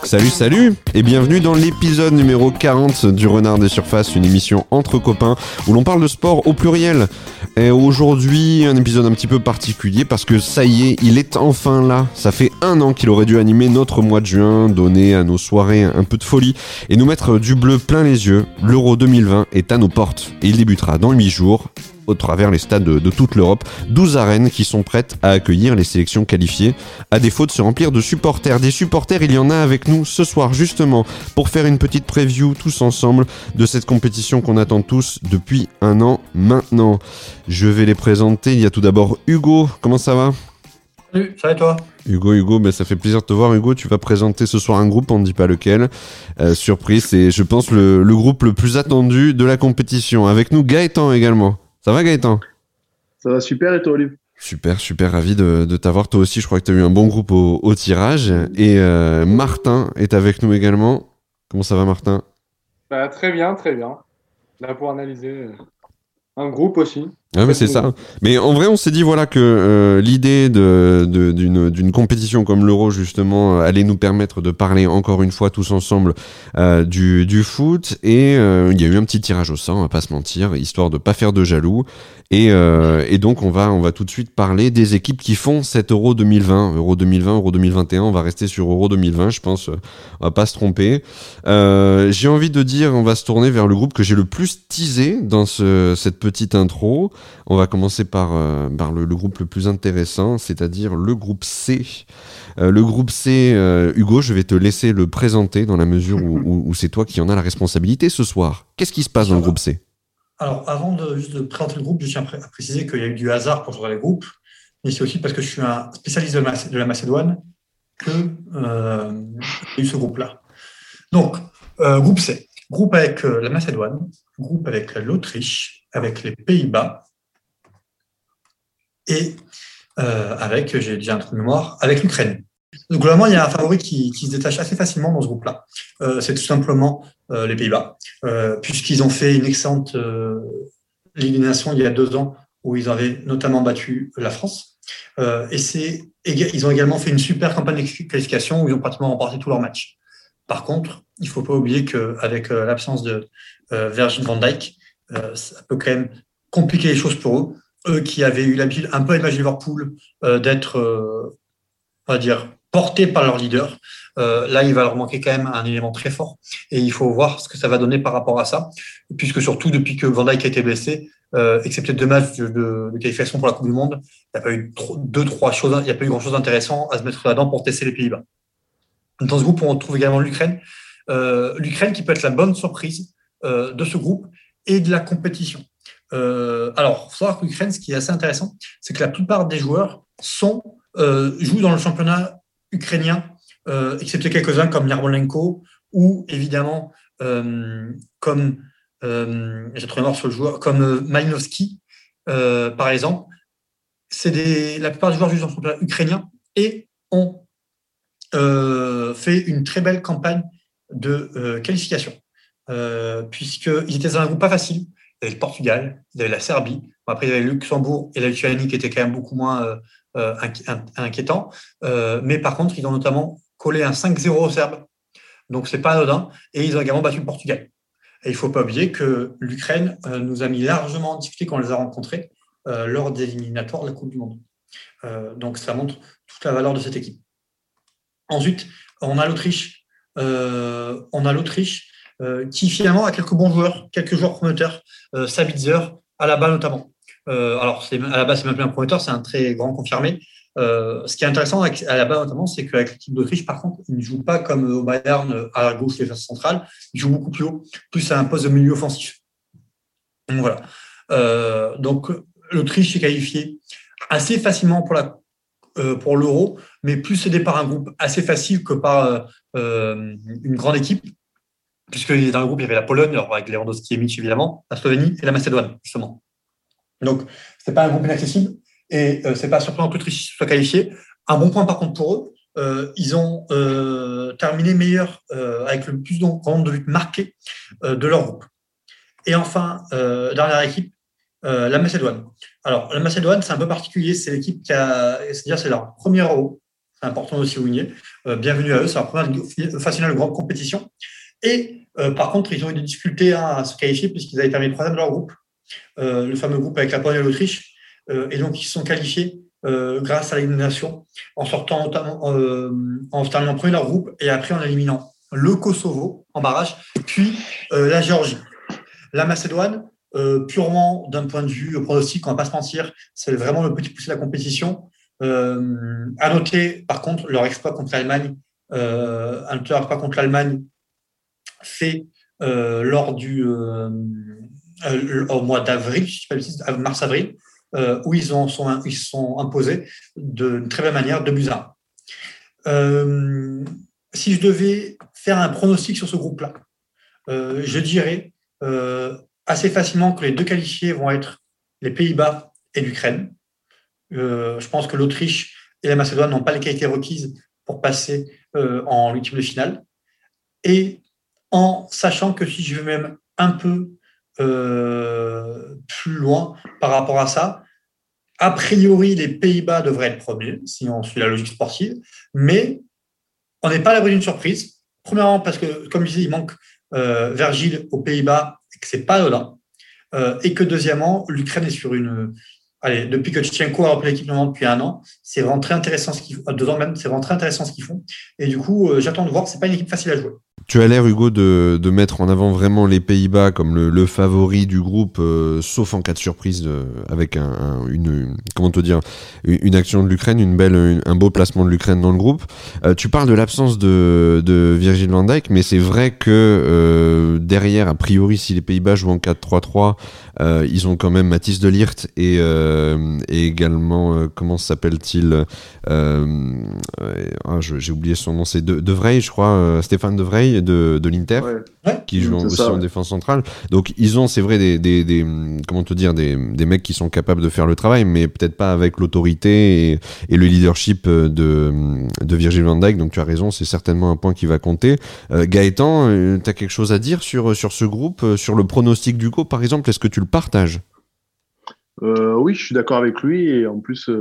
Salut, salut et bienvenue dans l'épisode numéro 40 du Renard des Surfaces, une émission entre copains où l'on parle de sport au pluriel. Et aujourd'hui, un épisode un petit peu particulier parce que ça y est, il est enfin là. Ça fait 1 an qu'il aurait dû animer notre mois de juin, donner à nos soirées un peu de folie et nous mettre du bleu plein les yeux. L'Euro 2020 est à nos portes et il débutera dans 8 jours. Au travers les stades de toute l'Europe, 12 arènes qui sont prêtes à accueillir les sélections qualifiées, à défaut de se remplir de supporters. Des supporters, il y en a avec nous ce soir justement pour faire une petite preview tous ensemble de cette compétition qu'on attend tous depuis 1 an maintenant. Je vais les présenter, il y a tout d'abord Hugo, comment ça va ? Salut, ça va et toi ? Hugo, ça fait plaisir de te voir. Hugo, tu vas présenter ce soir un groupe, on ne dit pas lequel. Surprise, c'est je pense le groupe le plus attendu de la compétition. Avec nous Gaëtan également. Ça va Gaëtan ? Ça va super et toi Olive ? Super, ravi de t'avoir toi aussi, je crois que tu as eu un bon groupe au tirage. Et Martin est avec nous également. Comment ça va Martin ? Très bien. Là pour analyser un groupe aussi. Ah mais c'est ça. Mais en vrai, on s'est dit voilà que l'idée d'une compétition comme l'Euro justement allait nous permettre de parler encore une fois tous ensemble du foot et il y a eu un petit tirage au sort, on va pas se mentir, histoire de pas faire de jaloux et donc on va tout de suite parler des équipes qui font cet Euro 2020, Euro 2021, on va rester sur Euro 2020, je pense, on va pas se tromper. J'ai envie de dire, on va se tourner vers le groupe que j'ai le plus teasé dans cette petite intro. On va commencer par le groupe le plus intéressant, c'est-à-dire le groupe C. Le groupe C, Hugo, je vais te laisser le présenter dans la mesure où c'est toi qui en as la responsabilité ce soir. Qu'est-ce qui se passe dans le groupe C ? Alors, avant de présenter le groupe, je tiens à préciser qu'il y a eu du hasard pour choisir les groupes, mais c'est aussi parce que je suis un spécialiste de la Macédoine que j'ai eu ce groupe-là. Donc, groupe C, groupe avec la Macédoine, groupe avec l'Autriche, avec les Pays-Bas, et avec, j'ai déjà un trou de mémoire, avec l'Ukraine. Donc, globalement, il y a un favori qui se détache assez facilement dans ce groupe-là. C'est tout simplement les Pays-Bas, puisqu'ils ont fait une excellente Ligue des Nations il y a 2 ans, où ils avaient notamment battu la France. Ils ont également fait une super campagne de qualification, où ils ont pratiquement remporté tous leurs matchs. Par contre, il ne faut pas oublier qu'avec l'absence de Virgil van Dijk, ça peut quand même compliquer les choses pour eux. Eux qui avaient eu l'habitude, un peu à l'image de Liverpool, d'être, on va dire, portés par leur leader. Là, il va leur manquer quand même un élément très fort. Et il faut voir ce que ça va donner par rapport à ça. Puisque surtout, depuis que Van Dijk a été blessé, excepté 2 matchs de qualification pour la Coupe du Monde, il n'y a pas eu 2-3 choses, il n'y a pas eu grand-chose d'intéressant à se mettre là-dedans pour tester les Pays-Bas. Dans ce groupe, on retrouve également l'Ukraine. L'Ukraine qui peut être la bonne surprise de ce groupe et de la compétition. Alors, il faut savoir que l'Ukraine, ce qui est assez intéressant, c'est que la plupart des joueurs jouent dans le championnat ukrainien, excepté quelques-uns comme Yarmolenko ou évidemment comme j'ai trouvé mort sur le joueur, comme Malinowski, par exemple. La plupart des joueurs jouent dans le championnat ukrainien et ont fait une très belle campagne de qualification, puisqu'ils étaient dans un groupe pas facile. Il y avait le Portugal, il y avait la Serbie, après il y avait le Luxembourg et la Lituanie qui étaient quand même beaucoup moins inquiétants. Mais par contre, ils ont notamment collé un 5-0 aux Serbes, donc c'est pas anodin, et ils ont également battu le Portugal. Et il ne faut pas oublier que l'Ukraine nous a mis largement en difficulté quand on les a rencontrés lors des éliminatoires de la Coupe du Monde. Donc ça montre toute la valeur de cette équipe. Ensuite, on a l'Autriche. Qui finalement a quelques bons joueurs, quelques joueurs promoteurs, Sabitzer, Alaba notamment. Alors, Alaba, c'est même plus un promoteur, c'est un très grand confirmé. Ce qui est intéressant avec Alaba notamment, c'est qu'avec l'équipe d'Autriche, par contre, il ne joue pas comme au Bayern à gauche des faces centrales, il joue beaucoup plus haut, plus à un poste de milieu offensif. Donc voilà. Donc l'Autriche est qualifiée assez facilement pour l'Euro, mais plus aidé par un groupe assez facile que par une grande équipe, puisque dans le groupe, il y avait la Pologne, avec Lewandowski et Mitch, évidemment, la Slovénie et la Macédoine, justement. Donc, ce n'est pas un groupe inaccessible et ce n'est pas surprenant que l'Autriche soit qualifiée. Un bon point, par contre, pour eux, ils ont terminé meilleur avec le plus de nombre de buts marqués de leur groupe. Et enfin, dernière équipe, la Macédoine. Alors, la Macédoine, c'est un peu particulier. C'est l'équipe c'est leur premier Euro. C'est important de souligner. Bienvenue à eux, c'est leur première phase finale de grande compétition. Et par contre, ils ont eu des difficultés à se qualifier puisqu'ils avaient terminé troisième de leur groupe, le fameux groupe avec la Pologne et l'Autriche. Et donc, ils se sont qualifiés grâce à l'élimination en sortant en terminant premier de leur groupe et après en éliminant le Kosovo en barrage, puis la Géorgie. La Macédoine, purement d'un point de vue pronostic, on ne va pas se mentir, c'est vraiment le petit poussé de la compétition. À noter, par contre, leur exploit contre l'Allemagne. Leur exploit contre l'Allemagne fait lors au mois d'avril, je ne sais pas, mars-avril, où ils se sont imposés d'une très belle manière, 2-1. Si je devais faire un pronostic sur ce groupe-là, je dirais assez facilement que les deux qualifiés vont être les Pays-Bas et l'Ukraine. Je pense que l'Autriche et la Macédoine n'ont pas les qualités requises pour passer en huitième de finale. Et en sachant que si je vais même un peu plus loin par rapport à ça, a priori, les Pays-Bas devraient être premiers, si on suit la logique sportive, mais on n'est pas à l'abri d'une surprise. Premièrement, parce que, comme je disais, il manque Virgile aux Pays-Bas et que ce n'est pas anodin. Et que deuxièmement, l'Ukraine est sur une... Allez, depuis que Tchenko a repris l'équipe depuis 1 an, c'est vraiment très intéressant ce qu'ils font. 2 ans même, c'est vraiment très intéressant ce qu'ils font. Et du coup, j'attends de voir. C'est pas une équipe facile à jouer. Tu as l'air, Hugo, de mettre en avant vraiment les Pays-Bas comme le favori du groupe, sauf en cas de surprise, avec une action de l'Ukraine, un beau placement de l'Ukraine dans le groupe. Tu parles de l'absence de Virgil van Dijk, mais c'est vrai que derrière, a priori, si les Pays-Bas jouent en 4-3-3, ils ont quand même Matthijs de Ligt et également, comment s'appelle-t-il j'ai oublié son nom, c'est De Vrij, je crois, Stéphane De Vrij de l'Inter, qui joue aussi en défense centrale. Donc ils ont, c'est vrai, des mecs qui sont capables de faire le travail, mais peut-être pas avec l'autorité et le leadership de Virgil van Dijk. Donc tu as raison, c'est certainement un point qui va compter. Gaëtan, tu as quelque chose à dire sur ce groupe, sur le pronostic d'Hugo par exemple? Est-ce que tu le partages? Oui, je suis d'accord avec lui, et en plus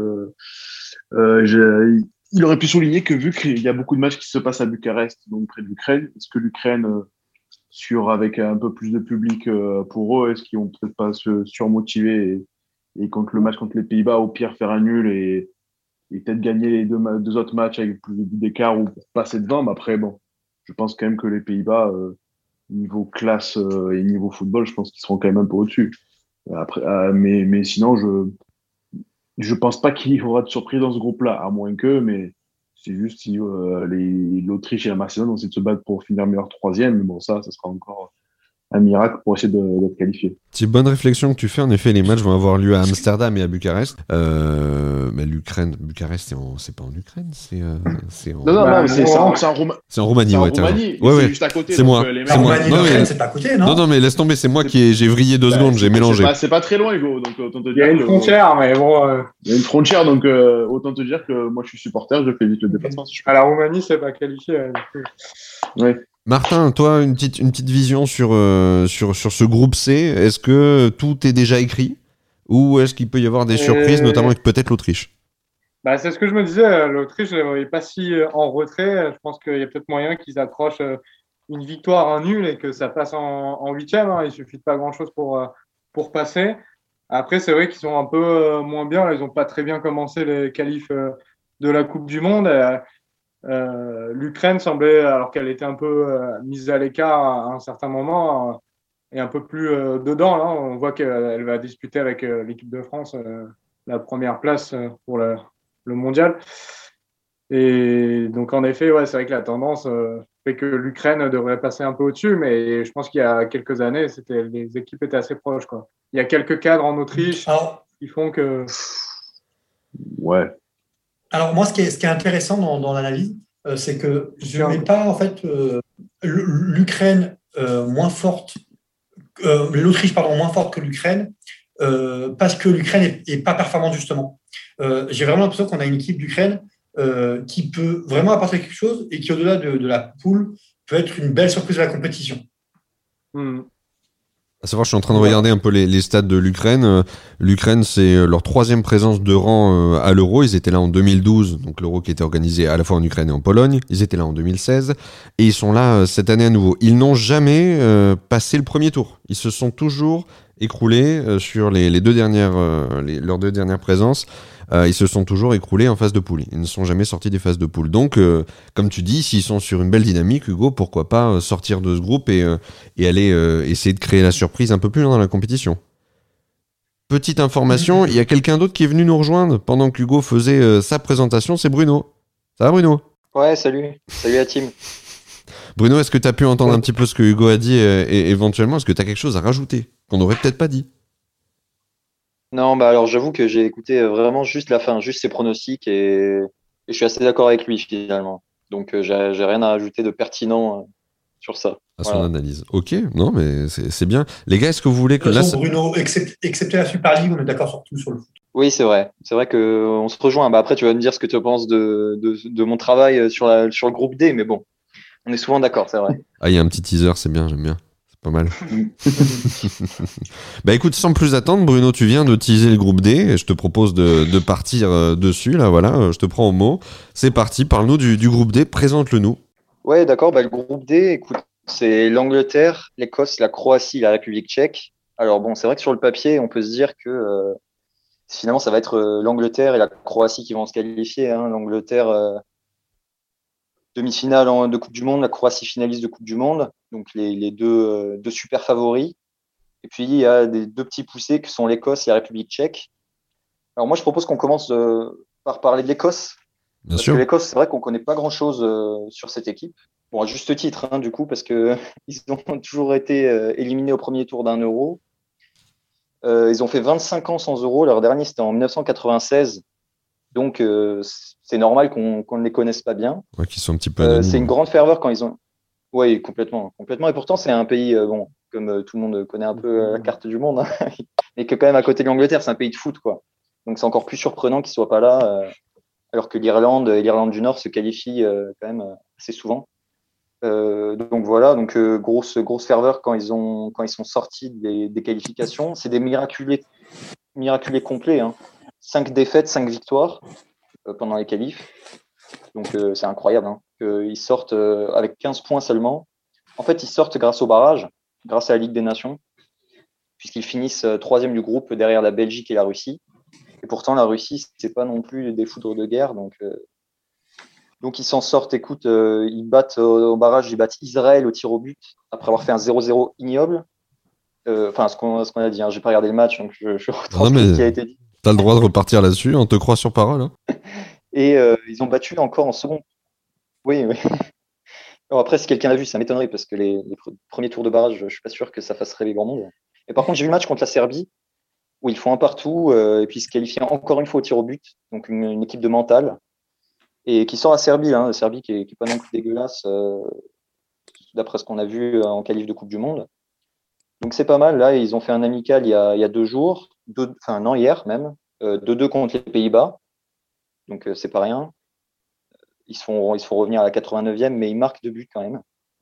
il aurait pu souligner que vu qu'il y a beaucoup de matchs qui se passent à Bucarest, donc près de l'Ukraine, est-ce que l'Ukraine, avec un peu plus de public pour eux, est-ce qu'ils vont peut-être pas se surmotiver et contre le match contre les Pays-Bas, au pire faire un nul et peut-être gagner les deux autres matchs avec plus de buts d'écart ou pour passer devant? Mais après, bon, je pense quand même que les Pays-Bas, niveau classe et niveau football, je pense qu'ils seront quand même un peu au-dessus. Après, mais sinon, je pense pas qu'il y aura de surprise dans ce groupe-là, à moins que, mais c'est juste si l'Autriche et la Macédoine ont essayé de se battre pour finir meilleur troisième, mais bon, ça sera encore un miracle pour essayer d'être qualifié. C'est une bonne réflexion que tu fais. En effet, les matchs vont avoir lieu à Amsterdam et à Bucarest. Mais l'Ukraine, Bucarest, c'est pas en Ukraine, c'est en... Non, c'est en Roumanie. C'est en Roumanie, c'est en ouais. Roumanie, Ouais, c'est juste à côté. C'est moi. La Roumanie, l'Ukraine, c'est pas à côté, non? Non, mais laisse tomber, c'est moi j'ai vrillé 2 secondes, j'ai mélangé. C'est pas très loin, Hugo. Donc, autant te dire il y a une frontière, mais bon. Il y a une frontière, donc autant te dire que moi je suis supporter, je fais vite le déplacement. À la Roumanie, c'est pas qualifié. Oui. Martin, toi, une petite vision sur ce groupe C. Est-ce que tout est déjà écrit ou est-ce qu'il peut y avoir des surprises, notamment avec peut-être l'Autriche? C'est ce que je me disais. L'Autriche n'est pas si en retrait. Je pense qu'il y a peut-être moyen qu'ils accrochent une victoire, un nul et que ça passe en huitième. Il suffit de pas grand-chose pour passer. Après, c'est vrai qu'ils sont un peu moins bien. Là, ils n'ont pas très bien commencé les qualifs de la Coupe du Monde. L'Ukraine semblait, alors qu'elle était un peu mise à l'écart à un certain moment, et un peu plus dedans. Là, on voit qu'elle va disputer avec l'équipe de France la première place pour le mondial. Et donc, en effet, c'est vrai que la tendance fait que l'Ukraine devrait passer un peu au-dessus, mais je pense qu'il y a quelques années, les équipes étaient assez proches, quoi. Il y a quelques cadres en Autriche qui font que... Ouais. Alors, moi, ce qui est intéressant dans l'analyse, c'est que je ne mets pas, en fait, l'Ukraine moins forte, l'Autriche, moins forte que l'Ukraine, parce que l'Ukraine n'est pas performante, justement. J'ai vraiment l'impression qu'on a une équipe d'Ukraine qui peut vraiment apporter quelque chose et qui, au-delà de la poule, peut être une belle surprise de la compétition. À savoir, je suis en train de regarder un peu les stats de l'Ukraine. L'Ukraine, c'est leur 3e présence de rang à l'Euro. Ils étaient là en 2012, donc l'Euro qui était organisé à la fois en Ukraine et en Pologne. Ils étaient là en 2016 et ils sont là cette année à nouveau. Ils n'ont jamais passé le premier tour. Ils se sont toujours écroulés sur leurs 2 dernières présences. Ils se sont toujours écroulés en phase de poule. Ils ne sont jamais sortis des phases de poule. Donc, comme tu dis, s'ils sont sur une belle dynamique, Hugo, pourquoi pas sortir de ce groupe et aller essayer de créer la surprise un peu plus loin dans la compétition. Petite information, il y a quelqu'un d'autre qui est venu nous rejoindre pendant que Hugo faisait sa présentation, c'est Bruno. Ça va Bruno ? Ouais, salut. Salut la team. Bruno, est-ce que tu as pu entendre un petit peu ce que Hugo a dit et éventuellement, est-ce que tu as quelque chose à rajouter qu'on n'aurait peut-être pas dit ? Non, bah alors j'avoue que j'ai écouté vraiment juste la fin, juste ses pronostics et je suis assez d'accord avec lui finalement. Donc j'ai rien à rajouter de pertinent sur ça. À son analyse. Ok, non mais c'est bien. Les gars, est-ce que vous voulez que là... Bruno, excepté la Super League, on est d'accord sur tout sur le foot. Oui, c'est vrai. C'est vrai qu'on se rejoint. Bah, après, tu vas me dire ce que tu penses de mon travail sur le groupe D, mais bon, on est souvent d'accord, c'est vrai. Ah, il y a un petit teaser, c'est bien, j'aime bien. Pas mal. Bah écoute, sans plus attendre, Bruno, tu viens de teaser le groupe D et je te propose de partir dessus. Là, voilà, je te prends au mot. C'est parti, parle-nous du groupe D, présente-le nous. Ouais, d'accord. Bah, le groupe D, écoute, c'est l'Angleterre, l'Écosse, la Croatie, la République tchèque. Alors bon, c'est vrai que sur le papier, on peut se dire que finalement, ça va être l'Angleterre et la Croatie qui vont se qualifier. Hein. L'Angleterre demi-finale de Coupe du Monde, la Croatie finaliste de Coupe du Monde, donc les deux super favoris. Et puis il y a des 2 petits poussés qui sont l'Écosse et la République tchèque. Alors moi je propose qu'on commence par parler de l'Écosse. Parce que l'Écosse, c'est vrai qu'on connaît pas grand-chose sur cette équipe. Bon, à juste titre, hein, du coup, parce que ils ont toujours été éliminés au premier tour d'un Euro. Ils ont fait 25 ans sans Euro. Leur dernier, c'était en 1996. Donc, c'est normal qu'on ne les connaisse pas bien. Ouais, qu'ils sont un petit peu anonymes. C'est une grande ferveur quand ils ont... Oui, complètement. Et pourtant, c'est un pays, comme tout le monde connaît un peu la carte du monde, hein, mais que quand même à côté de l'Angleterre, c'est un pays de foot, quoi. Donc, c'est encore plus surprenant qu'ils ne soient pas là, alors que l'Irlande et l'Irlande du Nord se qualifient quand même assez souvent. Donc voilà, grosse ferveur quand ils sont sortis des qualifications. C'est des miraculés complets, hein. 5 défaites, 5 victoires pendant les qualifs. Donc c'est incroyable, hein. Ils sortent avec 15 points seulement. En fait, ils sortent grâce au barrage, grâce à la Ligue des Nations, puisqu'ils finissent 3e du groupe derrière la Belgique et la Russie. Et pourtant, la Russie, c'est pas non plus des foudres de guerre. Donc ils s'en sortent. Écoute, ils battent au barrage, ils battent Israël au tir au but, après avoir fait un 0-0 ignoble. Enfin, ce qu'on a dit, hein. J'ai pas regardé le match, donc je retranscris ce qui a été dit. T'as le droit de repartir là-dessus, on te croit sur parole. Hein. Et ils ont battu encore en second. Oui. Alors après, si quelqu'un l'a vu, ça m'étonnerait parce que les premiers tours de barrage, je suis pas sûr que ça fasse rêver grand monde. Et par contre, j'ai vu le match contre la Serbie où ils font un partout et puis ils se qualifient encore une fois au tir au but. Donc une équipe de mental et qui sort la Serbie, hein, la Serbie qui est pas non plus dégueulasse d'après ce qu'on a vu en qualif de Coupe du Monde. Donc c'est pas mal. Là, ils ont fait un amical il y a 2 jours, hier même, 2-2 contre les Pays-Bas. Donc c'est pas rien. Ils se font revenir à la 89e, mais ils marquent 2 buts quand même.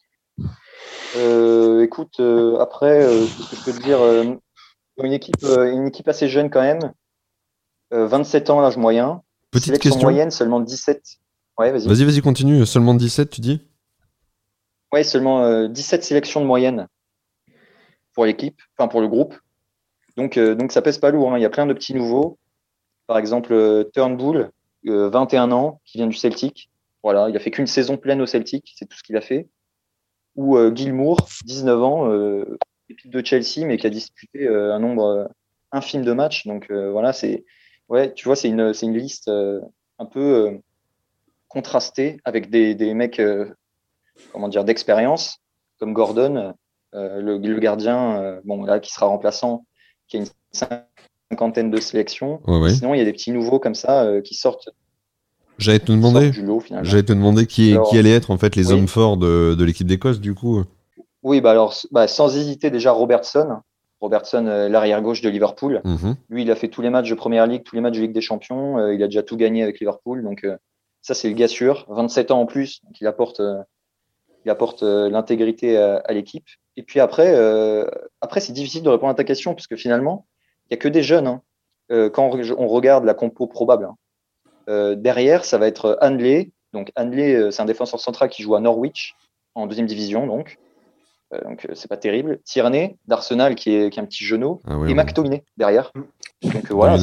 Écoute, après, ce que je peux te dire, une équipe assez jeune quand même. 27 ans, l'âge moyen. Petite sélection question. Moyenne, seulement 17. Ouais, vas-y. Vas-y, continue. Seulement 17, tu dis ? Ouais, seulement 17 sélections de moyenne pour l'équipe, enfin pour le groupe. Donc ça pèse pas lourd, hein. Il y a plein de petits nouveaux. Par exemple, Turnbull, 21 ans, qui vient du Celtic. Voilà, il a fait qu'une saison pleine au Celtic, c'est tout ce qu'il a fait. Ou Gilmour, 19 ans, équipe de Chelsea, mais qui a disputé un nombre infime de matchs. Donc voilà, tu vois, c'est une liste un peu contrastée avec des mecs, d'expérience, comme Gordon, le gardien, là, qui sera remplaçant, qui a une cinquantaine de sélections. Ouais. Sinon, il y a des petits nouveaux comme ça qui sortent. J'allais te demander qui allait être en fait les hommes forts de l'équipe d'Écosse du coup. Oui, sans hésiter déjà Robertson, l'arrière gauche de Liverpool. Lui, il a fait tous les matchs de Première Ligue, tous les matchs de Ligue des Champions. Il a déjà tout gagné avec Liverpool, donc ça c'est le gars sûr. 27 ans en plus, donc il apporte il apporte l'intégrité à l'équipe. Et puis après, c'est difficile de répondre à ta question parce que finalement, il n'y a que des jeunes. Hein. Quand on regarde la compo probable, hein. Derrière, ça va être Hanley. Donc Hanley, c'est un défenseur central qui joue à Norwich en 2e division, donc c'est pas terrible. Tierney d'Arsenal qui est un petit genou et McTominay derrière. Donc voilà,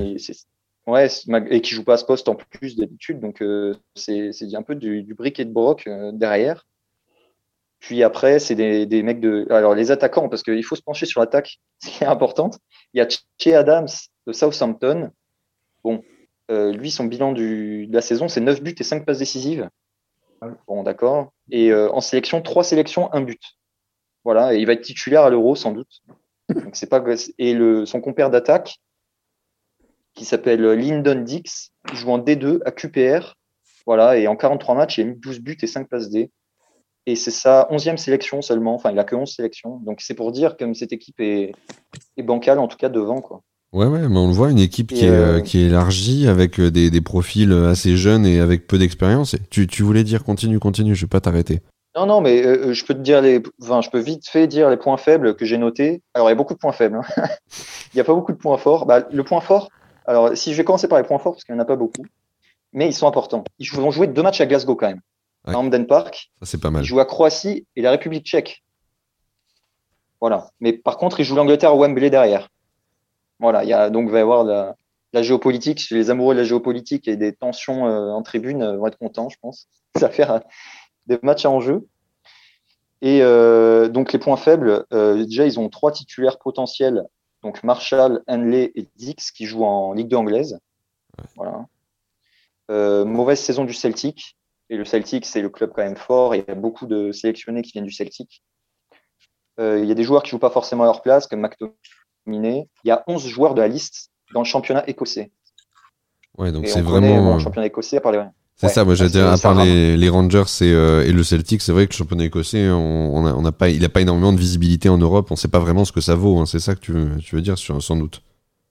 et qui joue pas à ce poste en plus d'habitude. Donc c'est un peu du brick et de broc derrière. Puis après, c'est des mecs alors les attaquants, parce qu'il faut se pencher sur l'attaque, ce qui est importante. Il y a Che Adams de Southampton. Bon, lui, son bilan de la saison, c'est 9 buts et 5 passes décisives. Bon, d'accord. Et en sélection, 3 sélections, 1 but. Voilà, et il va être titulaire à l'Euro, sans doute. Donc, c'est pas... Et son compère d'attaque, qui s'appelle Lyndon Dix, il joue en D2 à QPR. Voilà, et en 43 matchs, il a mis 12 buts et 5 passes D. Et c'est sa 11e sélection seulement. Enfin, il a que 11 sélections. Donc, c'est pour dire que cette équipe est bancale, en tout cas devant, quoi. Ouais, mais on le voit, une équipe qui est élargie, avec des profils assez jeunes et avec peu d'expérience. Tu voulais dire, continue, je vais pas t'arrêter. Non, mais je peux te dire je peux vite fait dire les points faibles que j'ai notés. Alors, il y a beaucoup de points faibles. Hein. Il n'y a pas beaucoup de points forts. Le point fort, alors, si je vais commencer par les points forts, parce qu'il n'y en a pas beaucoup, mais ils sont importants. Ils vont jouer 2 matchs à Glasgow quand même. Ouais. À Hampden Park. Ça, c'est pas mal. Ils jouent à Croatie et la République tchèque. Voilà. Mais par contre, ils jouent l'Angleterre à Wembley derrière. Voilà. Donc, il va y avoir la géopolitique. Les amoureux de la géopolitique et des tensions en tribune vont être contents, je pense. Ça va faire des matchs à enjeu. Et donc, les points faibles, déjà, ils ont 3 titulaires potentiels. Donc, Marshall, Hanley et Dix qui jouent en Ligue 2 anglaise. Ouais. Voilà. Mauvaise saison du Celtic. Et le Celtic, c'est le club quand même fort. Il y a beaucoup de sélectionnés qui viennent du Celtic. Il y a des joueurs qui jouent pas forcément à leur place, comme McTominay. Il y a 11 joueurs de la liste dans le championnat écossais. Ouais, donc c'est vraiment... le championnat écossais, à part les... C'est ça, moi j'allais dire, à part les Rangers et le Celtic, c'est vrai que le championnat écossais, il n'a pas énormément de visibilité en Europe. On ne sait pas vraiment ce que ça vaut. Hein. C'est ça que tu veux dire, sans doute.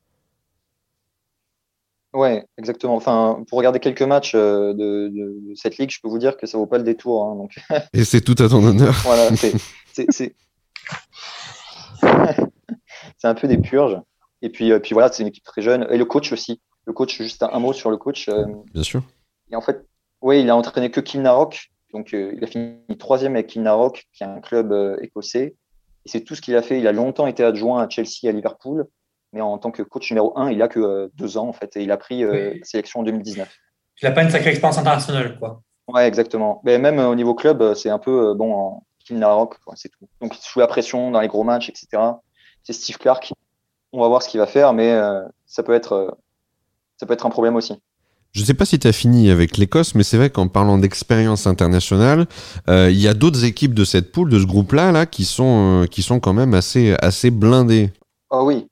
Ouais, exactement. Enfin, pour regarder quelques matchs de cette ligue, je peux vous dire que ça vaut pas le détour. Hein, donc... Et c'est tout à ton honneur. Voilà, c'est un peu des purges. Et puis voilà, c'est une équipe très jeune. Et le coach aussi. Le coach, juste un mot sur le coach. Bien sûr. Et en fait, oui, il a entraîné que Kilnarrock. Donc, il a fini 3e avec Kilnarrock, qui est un club écossais. Et c'est tout ce qu'il a fait. Il a longtemps été adjoint à Chelsea, à Liverpool. Mais en tant que coach numéro 1, il a que 2 ans, en fait. Et il a pris la sélection en 2019. Il n'a pas une sacrée expérience internationale, quoi. Ouais, exactement. Mais même au niveau club, c'est un peu, en Kilnarrock, quoi, c'est tout. Donc, il se joue la pression dans les gros matchs, etc. C'est Steve Clarke. On va voir ce qu'il va faire, mais ça peut être un problème aussi. Je ne sais pas si tu as fini avec l'Écosse, mais c'est vrai qu'en parlant d'expérience internationale, il y a d'autres équipes de cette poule, de ce groupe-là, qui sont quand même assez blindées. Oh oui.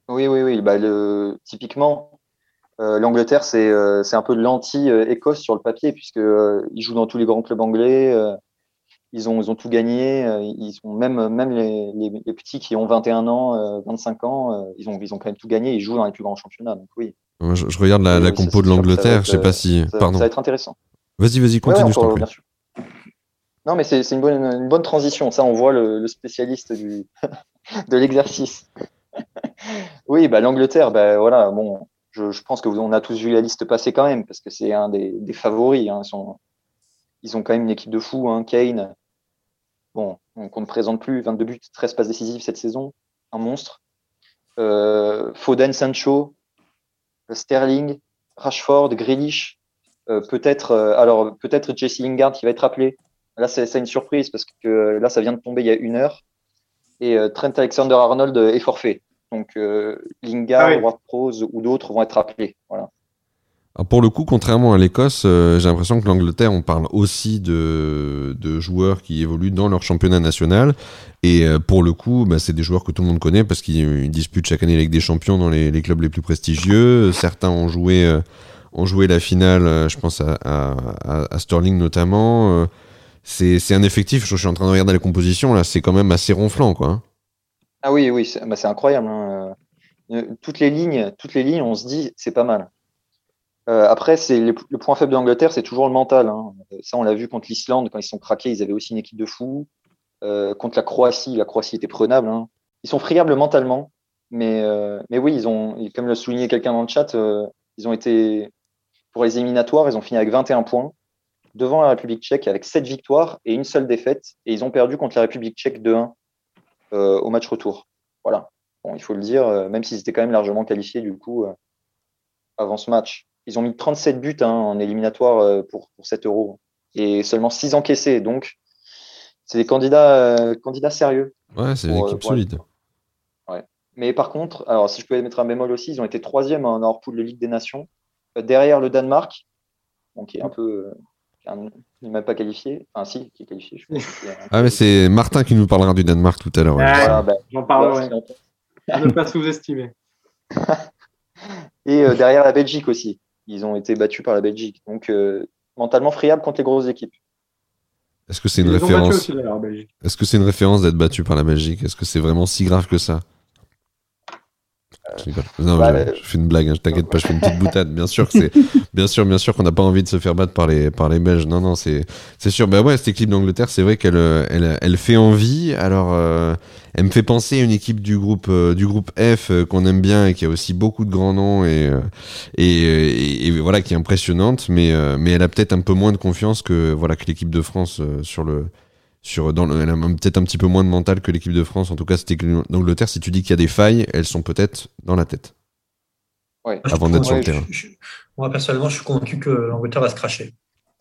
Typiquement, l'Angleterre, c'est un peu de l'anti-Écosse sur le papier, puisque ils jouent dans tous les grands clubs anglais. Ils ont tout gagné. Ils sont même les petits qui ont 21 ans, 25 ans, ils ont quand même tout gagné. Ils jouent dans les plus grands championnats. Donc oui. Je regarde la compo de l'Angleterre. Je sais pas si. Pardon. Ça va être intéressant. Vas-y, continue. Je t'en prie. Bien sûr. Non, mais c'est une bonne transition. Ça, on voit le spécialiste de l'exercice. Oui, l'Angleterre, voilà. Bon, je pense que on a tous vu la liste passer quand même, parce que c'est un des favoris. Hein. Ils ont quand même une équipe de fous. Hein. Kane, bon, qu'on ne présente plus, 22 buts, 13 passes décisives cette saison, un monstre. Foden, Sancho, Sterling, Rashford, Grealish, peut-être Jesse Lingard qui va être appelé. Là, c'est une surprise parce que là, ça vient de tomber il y a 1 heure. Et Trent Alexander-Arnold est forfait. Donc, Lingard, Ward-Prowse ou d'autres vont être appelés. Voilà. Alors pour le coup, contrairement à l'Écosse, j'ai l'impression que l'Angleterre, on parle aussi de joueurs qui évoluent dans leur championnat national. Et pour le coup, c'est des joueurs que tout le monde connaît parce qu'ils disputent chaque année la Ligue des Champions dans les clubs les plus prestigieux. Certains ont joué la finale, je pense à Sterling notamment. C'est un effectif, je suis en train de regarder la composition, là, c'est quand même assez ronflant, quoi. Hein. Ah oui, c'est incroyable. Hein. Toutes les lignes, on se dit, c'est pas mal. Après, le point faible d'Angleterre, c'est toujours le mental. Hein. Ça, on l'a vu contre l'Islande, quand ils sont craqués, ils avaient aussi une équipe de fous. Contre la Croatie était prenable. Hein. Ils sont friables mentalement, mais oui, comme le soulignait quelqu'un dans le chat, ils ont été, pour les éliminatoires, ils ont fini avec 21 points, devant la République tchèque avec 7 victoires et une seule défaite, et ils ont perdu contre la République tchèque 2-1 au match retour. Voilà. Bon, il faut le dire, même s'ils étaient quand même largement qualifiés du coup avant ce match. Ils ont mis 37 buts en éliminatoire pour cet Euro et seulement 6 encaissés, donc c'est des candidats sérieux. Ouais, c'est une équipe solide. Ouais. Mais par contre, alors si je pouvais mettre un bémol aussi, ils ont été 3e en hors-poule de Ligue des Nations, derrière le Danemark, donc qui est un peu... il n'est même pas qualifié. Enfin, si, qui est qualifié. Je pense mais c'est Martin qui nous parlera du Danemark tout à l'heure. J'en parlerai. Ne pas sous-estimer. Et derrière la Belgique aussi. Ils ont été battus par la Belgique. Donc, mentalement friable contre les grosses équipes. Est-ce que c'est une référence Est-ce que c'est une référence d'être battu par la Belgique? Est-ce que c'est vraiment si grave que ça? Je fais une blague, hein, je t'inquiète pas, je fais une petite boutade. Bien sûr qu'on n'a pas envie de se faire battre par les Belges. Non, c'est sûr. Bah ouais, cette équipe d'Angleterre, c'est vrai qu'elle fait envie. Alors, elle me fait penser à une équipe du groupe F qu'on aime bien et qui a aussi beaucoup de grands noms et voilà, qui est impressionnante. Mais elle a peut-être un peu moins de confiance que l'équipe de France elle a peut-être un petit peu moins de mental que l'équipe de France. En tout cas, cette équipe d'Angleterre, si tu dis qu'il y a des failles, elles sont peut-être dans la tête. Ouais. Avant d'être sur le terrain. Moi, personnellement, je suis convaincu que l'Angleterre va se cracher.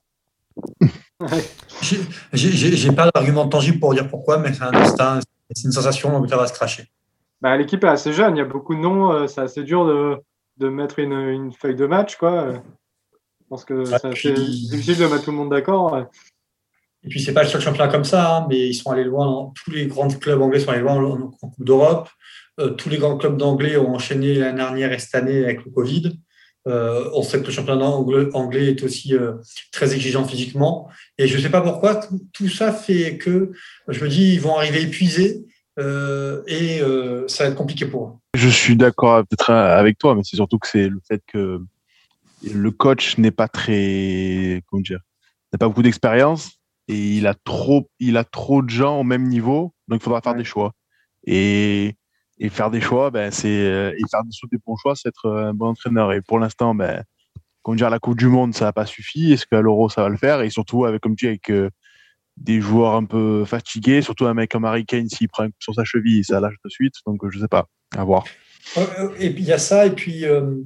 J'ai pas d'argument tangible pour dire pourquoi, mais c'est un instinct, c'est une sensation, l'Angleterre va se cracher. L'équipe est assez jeune, il y a beaucoup de noms, c'est assez dur de mettre une feuille de match, quoi. Je pense que c'est assez difficile de mettre tout le monde d'accord. Et puis, c'est pas le seul championnat comme ça, mais ils sont allés loin. Tous les grands clubs anglais sont allés loin en Coupe d'Europe. Tous les grands clubs d'anglais ont enchaîné l'année dernière et cette année avec le Covid. On sait que le championnat anglais est aussi très exigeant physiquement. Et je ne sais pas pourquoi, tout ça fait que je me dis ils vont arriver épuisés et ça va être compliqué pour eux. Je suis d'accord peut-être avec toi, mais c'est surtout que c'est le fait que le coach n'est pas n'a pas beaucoup d'expérience. Et il a trop de gens au même niveau, donc il faudra faire des choix. Et faire des choix, c'est faire des bons choix, c'est être un bon entraîneur. Et pour l'instant, la Coupe du Monde, ça n'a pas suffi. Est-ce qu'à l'Euro, ça va le faire? Et surtout avec des joueurs un peu fatigués, surtout un mec comme Harry Kane, s'il prend un coup sur sa cheville, ça lâche de suite. Donc je sais pas, à voir. Et puis il y a ça, et puis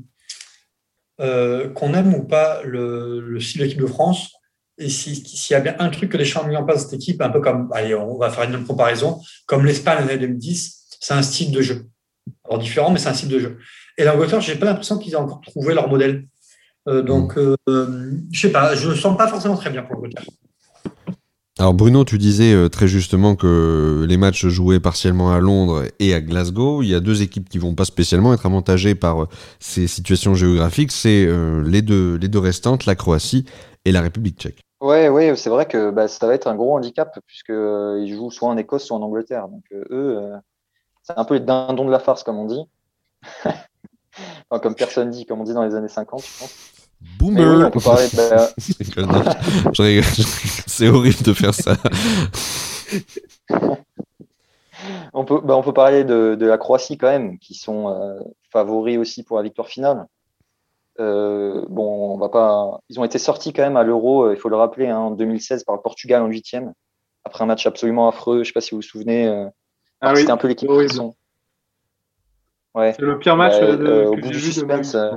qu'on aime ou pas le style de l'équipe de France. Et s'il y a bien un truc que les champs ont mis en place dans cette équipe, un peu comme, allez, on va faire une comparaison, comme l'Espagne en 2010, c'est un style de jeu. Alors différent, mais c'est un style de jeu. Et l'Angleterre, je n'ai pas l'impression qu'ils aient encore trouvé leur modèle. Je ne sais pas, je ne le sens pas forcément très bien pour l'Angleterre. Alors Bruno, tu disais très justement que les matchs joués partiellement à Londres et à Glasgow, il y a deux équipes qui vont pas spécialement être avantagées par ces situations géographiques, c'est les deux restantes, la Croatie et la République tchèque. Ouais, c'est vrai que ça va être un gros handicap puisque ils jouent soit en Écosse, soit en Angleterre. Donc eux, c'est un peu les dindons de la farce, comme on dit. Enfin, comme personne dit, comme on dit dans les années 50, je pense. Boomer. Oui, on peut parler c'est horrible de faire ça. On peut parler de la Croatie quand même, qui sont favoris aussi pour la victoire finale. On va pas. Ils ont été sortis quand même à l'Euro, il faut le rappeler, en 2016 par le Portugal en 8e, après un match absolument affreux. Je ne sais pas si vous vous souvenez. C'était un peu l'équipe de son. Ouais. C'est le pire match au que bout j'ai du vu suspense. de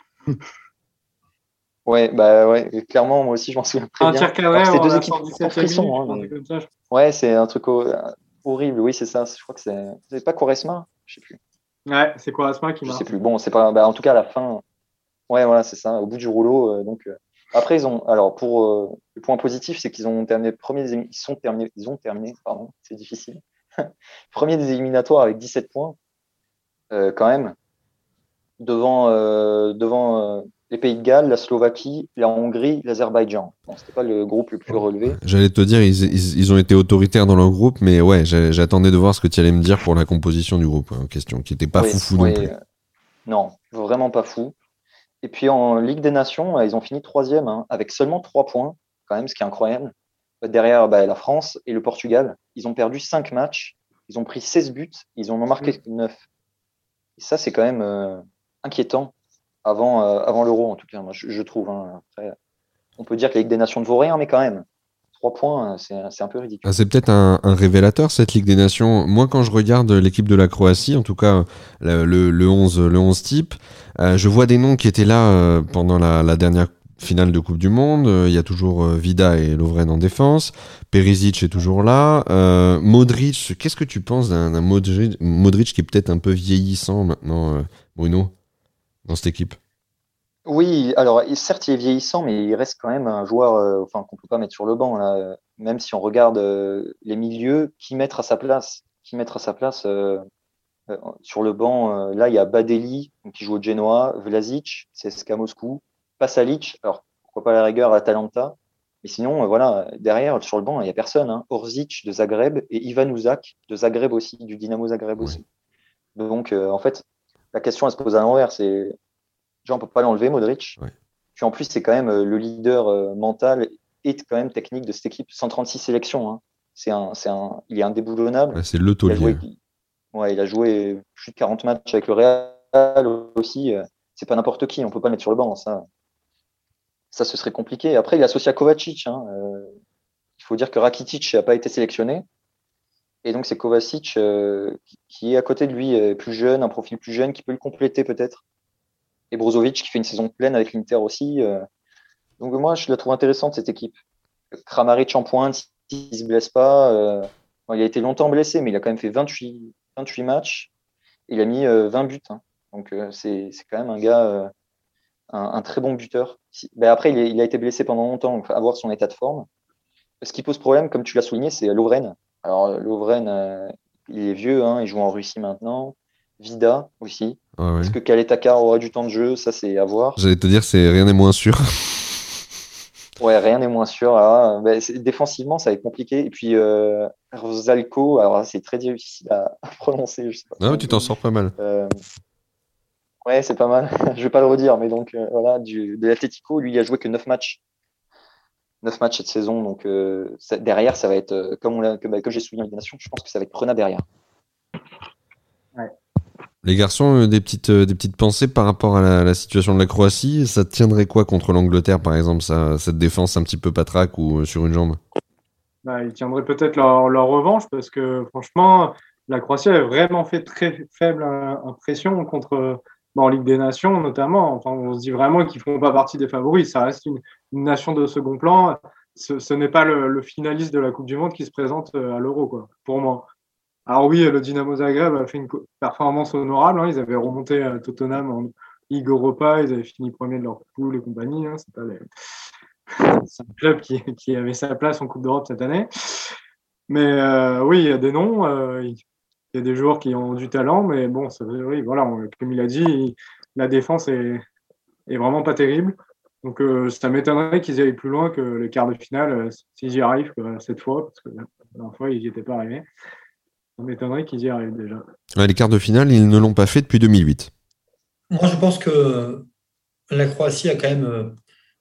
Ouais, clairement, moi aussi, je m'en souviens très bien. C'était deux équipes sans frisson. Ouais, c'est un truc horrible. Oui, c'est ça. Je crois que c'est pas Quaresma, je sais plus. Ouais, c'est Quaresma qui marque. Je sais plus. Bon, c'est pas. En tout cas, à la fin. Ouais, voilà, c'est ça. Au bout du rouleau. Après, ils ont. Alors, pour le point positif, c'est qu'ils ont terminé premiers. Ils ont terminé. Pardon, c'est difficile. Premier des éliminatoires avec 17 points, quand même, devant les Pays de Galles, la Slovaquie, la Hongrie, l'Azerbaïdjan. Bon, c'était pas le groupe le plus relevé. J'allais te dire, ils ont été autoritaires dans leur groupe, mais ouais, j'attendais de voir ce que tu allais me dire pour la composition du groupe en question, qui n'était pas foufou non plus. Non, vraiment pas fou. Et puis en Ligue des Nations, ils ont fini 3e, hein, avec seulement 3 points, quand même, ce qui est incroyable. Derrière la France et le Portugal, ils ont perdu 5 matchs, ils ont pris 16 buts, ils en ont marqué 9. Et ça, c'est quand même inquiétant avant l'Euro, en tout cas, moi, je trouve. Hein. Après, on peut dire que la Ligue des Nations ne vaut rien, mais quand même, 3 points, c'est un peu ridicule. C'est peut-être un révélateur, cette Ligue des Nations. Moi, quand je regarde l'équipe de la Croatie, en tout cas le 11 type, je vois des noms qui étaient là pendant la dernière finale de Coupe du Monde. Il y a toujours Vida et Lovren en défense. Perisic est toujours là. Modric, qu'est-ce que tu penses d'un Modric qui est peut-être un peu vieillissant maintenant, Bruno, dans cette équipe? Oui, alors certes, il est vieillissant, mais il reste quand même un joueur qu'on ne peut pas mettre sur le banc. Là. Même si on regarde les milieux, qui mettre à sa place sur le banc. Là, il y a Badeli, qui joue au Genoa, Vlasic, CSKA Moscou, Pasalic, alors pourquoi pas la rigueur à Atalanta. Mais sinon, voilà, derrière, sur le banc, il n'y a personne. Hein. Orzic de Zagreb et Ivan Uzak de Zagreb aussi, du Dynamo Zagreb aussi. Donc, en fait, la question, elle se pose à l'envers. C'est, genre, on peut pas l'enlever, Modric. Ouais. Puis en plus, c'est quand même le leader mental et quand même technique de cette équipe. 136 sélections. Hein. Il est indéboulonnable. Ouais, c'est le taulier. Il a joué plus de 40 matchs avec le Real aussi. C'est pas n'importe qui. On peut pas le mettre sur le banc. Ça, ce serait compliqué. Après, il est associé à Kovacic. Hein. Il faut dire que Rakitic n'a pas été sélectionné. Et donc, c'est Kovacic qui est à côté de lui, plus jeune, un profil plus jeune, qui peut le compléter peut-être. Et Brozovic qui fait une saison pleine avec l'Inter aussi. Donc moi, je la trouve intéressante, cette équipe. Kramaric en pointe, s'il ne se blesse pas. Il a été longtemps blessé, mais il a quand même fait 28 matchs. Il a mis 20 buts. Hein. Donc c'est quand même un gars, un très bon buteur. Après, il a été blessé pendant longtemps, donc à voir son état de forme. Ce qui pose problème, comme tu l'as souligné, c'est Lovren. Alors Lovren, il est vieux, hein, il joue en Russie maintenant. Vida aussi. Ah ouais. Est-ce que Kaletakar aura du temps de jeu? Ça, c'est à voir. J'allais te dire, rien n'est moins sûr. Ouais, rien n'est moins sûr. Alors, défensivement, ça va être compliqué. Et puis, Rosalco, alors c'est très difficile à prononcer. Je sais pas. Non, mais tu t'en sors pas mal. Ouais, c'est pas mal. Je vais pas le redire, mais donc, voilà, de l'Atlético, lui, il a joué que 9 matchs. 9 matchs cette saison. Donc, derrière, ça va être, comme j'ai souligné en Ligue des Nations, je pense que ça va être prenable derrière. Ouais. Les garçons, des petites pensées par rapport à la situation de la Croatie. Ça tiendrait quoi contre l'Angleterre, par exemple, cette défense un petit peu patraque ou sur une jambe? Ils tiendraient peut-être leur revanche parce que franchement, la Croatie a vraiment fait très faible impression contre en Ligue des Nations notamment. Enfin, on se dit vraiment qu'ils ne font pas partie des favoris. Ça reste une nation de second plan. Ce n'est pas le finaliste de la Coupe du Monde qui se présente à l'Euro, quoi, pour moi. Alors oui, le Dynamo Zagreb a fait une performance honorable. Hein. Ils avaient remonté à Tottenham en Ligue Europa. Ils avaient fini premier de leur poule et compagnie. Hein. C'est un club qui avait sa place en Coupe d'Europe cette année. Mais oui, il y a des noms. Il y a des joueurs qui ont du talent. Mais bon, oui, voilà, comme il a dit, la défense est vraiment pas terrible. Donc ça m'étonnerait qu'ils aillent plus loin que les quarts de finale, s'ils y arrivent cette fois. Parce que la dernière fois, ils n'y étaient pas arrivés. Ça m'étonnerait qu'ils y arrivent déjà. Ouais, les quarts de finale, ils ne l'ont pas fait depuis 2008. Moi, je pense que la Croatie a quand même,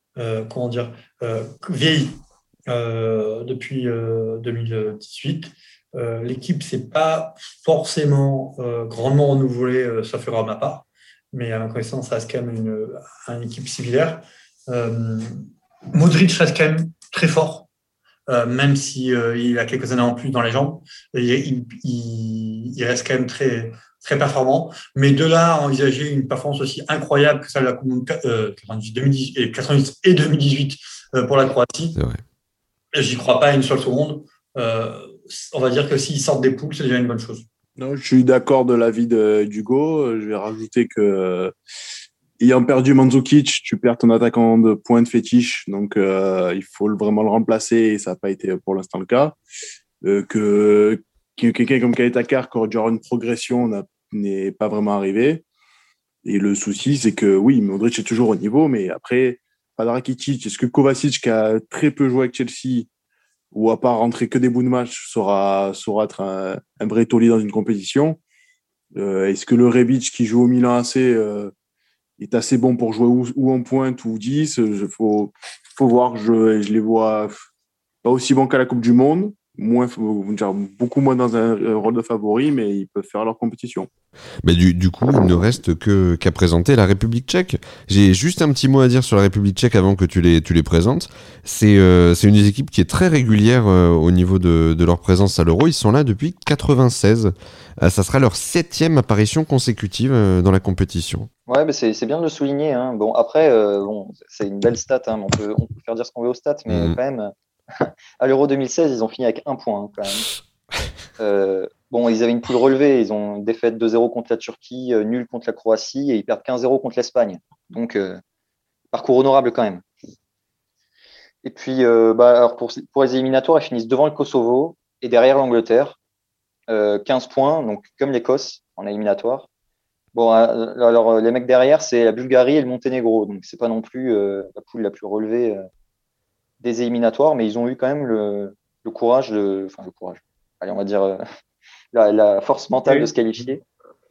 vieilli depuis 2018. L'équipe s'est pas forcément grandement renouvelée, sauf erreur de ma part, mais à ma connaissance, ça reste quand même une équipe similaire. Modric reste quand même très fort. Même si il a quelques années en plus dans les jambes, il reste quand même très, très performant. Mais de là à envisager une performance aussi incroyable que celle de la Coupe du Monde 90 et 2018 pour la Croatie, j'y crois pas une seule seconde. On va dire que s'ils sortent des poules, c'est déjà une bonne chose. Non, je suis d'accord de l'avis d'Hugo. Je vais rajouter que ayant perdu Mandzukic, tu perds ton attaquant de pointe fétiche, donc il faut vraiment le remplacer et ça n'a pas été pour l'instant le cas. Que quelqu'un comme Kaletakar qui aurait dû avoir une progression n'est pas vraiment arrivé. Et le souci, c'est que oui, Modric est toujours au niveau, mais après, pas de Rakitic. Est-ce que Kovacic, qui a très peu joué avec Chelsea, ou à part rentrer que des bouts de match, saura être un vrai taulier dans une compétition? Est-ce que le Rebic qui joue au Milan AC est assez bon pour jouer ou en pointe ou 10. Faut voir. Je les vois pas aussi bons qu'à la Coupe du Monde, beaucoup moins dans un rôle de favori, mais ils peuvent faire leur compétition. Mais du coup, il ne reste qu'à présenter la République tchèque. J'ai juste un petit mot à dire sur la République tchèque avant que tu les présentes. C'est une des équipes qui est très régulière au niveau de leur présence à l'Euro. Ils sont là depuis 96. Ça sera leur 7e apparition consécutive dans la compétition. Ouais, mais c'est bien de le souligner, hein. Bon, après, c'est une belle stat, hein. On peut faire dire ce qu'on veut aux stats, mais quand même, à l'Euro 2016, ils ont fini avec 1 point, hein, quand même. Bon, ils avaient une poule relevée. Ils ont une défaite 2-0 contre la Turquie, nul contre la Croatie, et ils perdent 15-0 contre l'Espagne. Donc, parcours honorable quand même. Et puis, alors pour les éliminatoires, ils finissent devant le Kosovo et derrière l'Angleterre. 15 points, donc comme l'Écosse en éliminatoire. Bon, alors les mecs derrière, c'est la Bulgarie et le Monténégro. Donc, c'est pas non plus la poule la plus relevée des éliminatoires, mais ils ont eu quand même le courage enfin, le courage. Allez, on va dire la force mentale de se qualifier.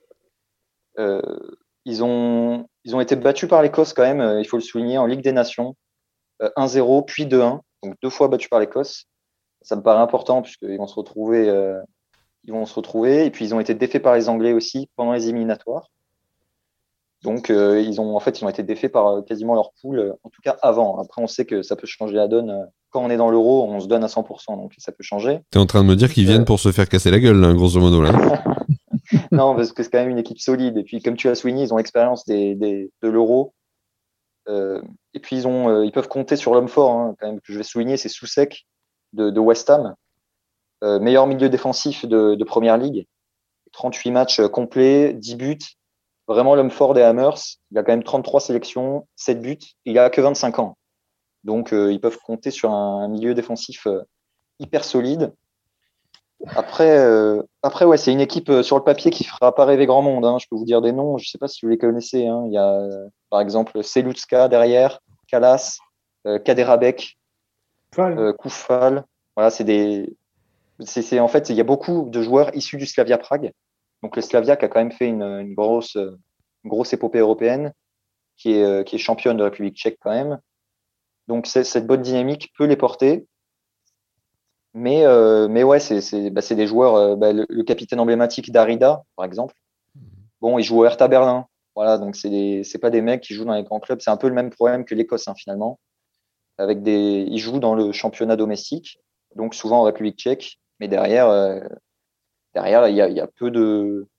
Ils ont été battus par l'Écosse quand même, il faut le souligner, en Ligue des Nations. 1-0, puis 2-1, donc 2 fois battus par l'Écosse. Ça me paraît important puisqu'ils vont se retrouver. Et puis ils ont été défaits par les Anglais aussi pendant les éliminatoires. Donc ils ont été défaits par quasiment leur poule, en tout cas avant. Après, on sait que ça peut changer la donne. Quand on est dans l'Euro, on se donne à 100%, donc ça peut changer. T'es en train de me dire qu'ils viennent pour se faire casser la gueule, là, grosso modo, là. Non, parce que c'est quand même une équipe solide. Et puis, comme tu as souligné, ils ont l'expérience de l'Euro. Et puis, ils peuvent compter sur l'homme fort, hein, quand même, que je vais souligner, c'est Soucek de West Ham. Meilleur milieu défensif de Première Ligue. 38 matchs complets, 10 buts. Vraiment l'homme fort des Hammers. Il a quand même 33 sélections, 7 buts. Il a que 25 ans. Donc, ils peuvent compter sur un milieu défensif hyper solide. Après, ouais, c'est une équipe sur le papier qui fera pas rêver grand monde, hein. Je peux vous dire des noms, je sais pas si vous les connaissez, hein. Il y a, par exemple, Selutska derrière, Kalas, Kaderabek, Koufal. Voilà, en fait, il y a beaucoup de joueurs issus du Slavia Prague. Donc, le Slavia qui a quand même fait une grosse épopée européenne, qui est championne de République tchèque quand même. Donc, cette bonne dynamique peut les porter. Mais ouais, c'est des joueurs. Le capitaine emblématique d'Arida, par exemple. Bon, il joue au Hertha Berlin. Voilà, donc c'est pas des mecs qui jouent dans les grands clubs. C'est un peu le même problème que l'Écosse, hein, finalement. Ils jouent dans le championnat domestique, donc souvent en République tchèque. Mais derrière, il y a peu de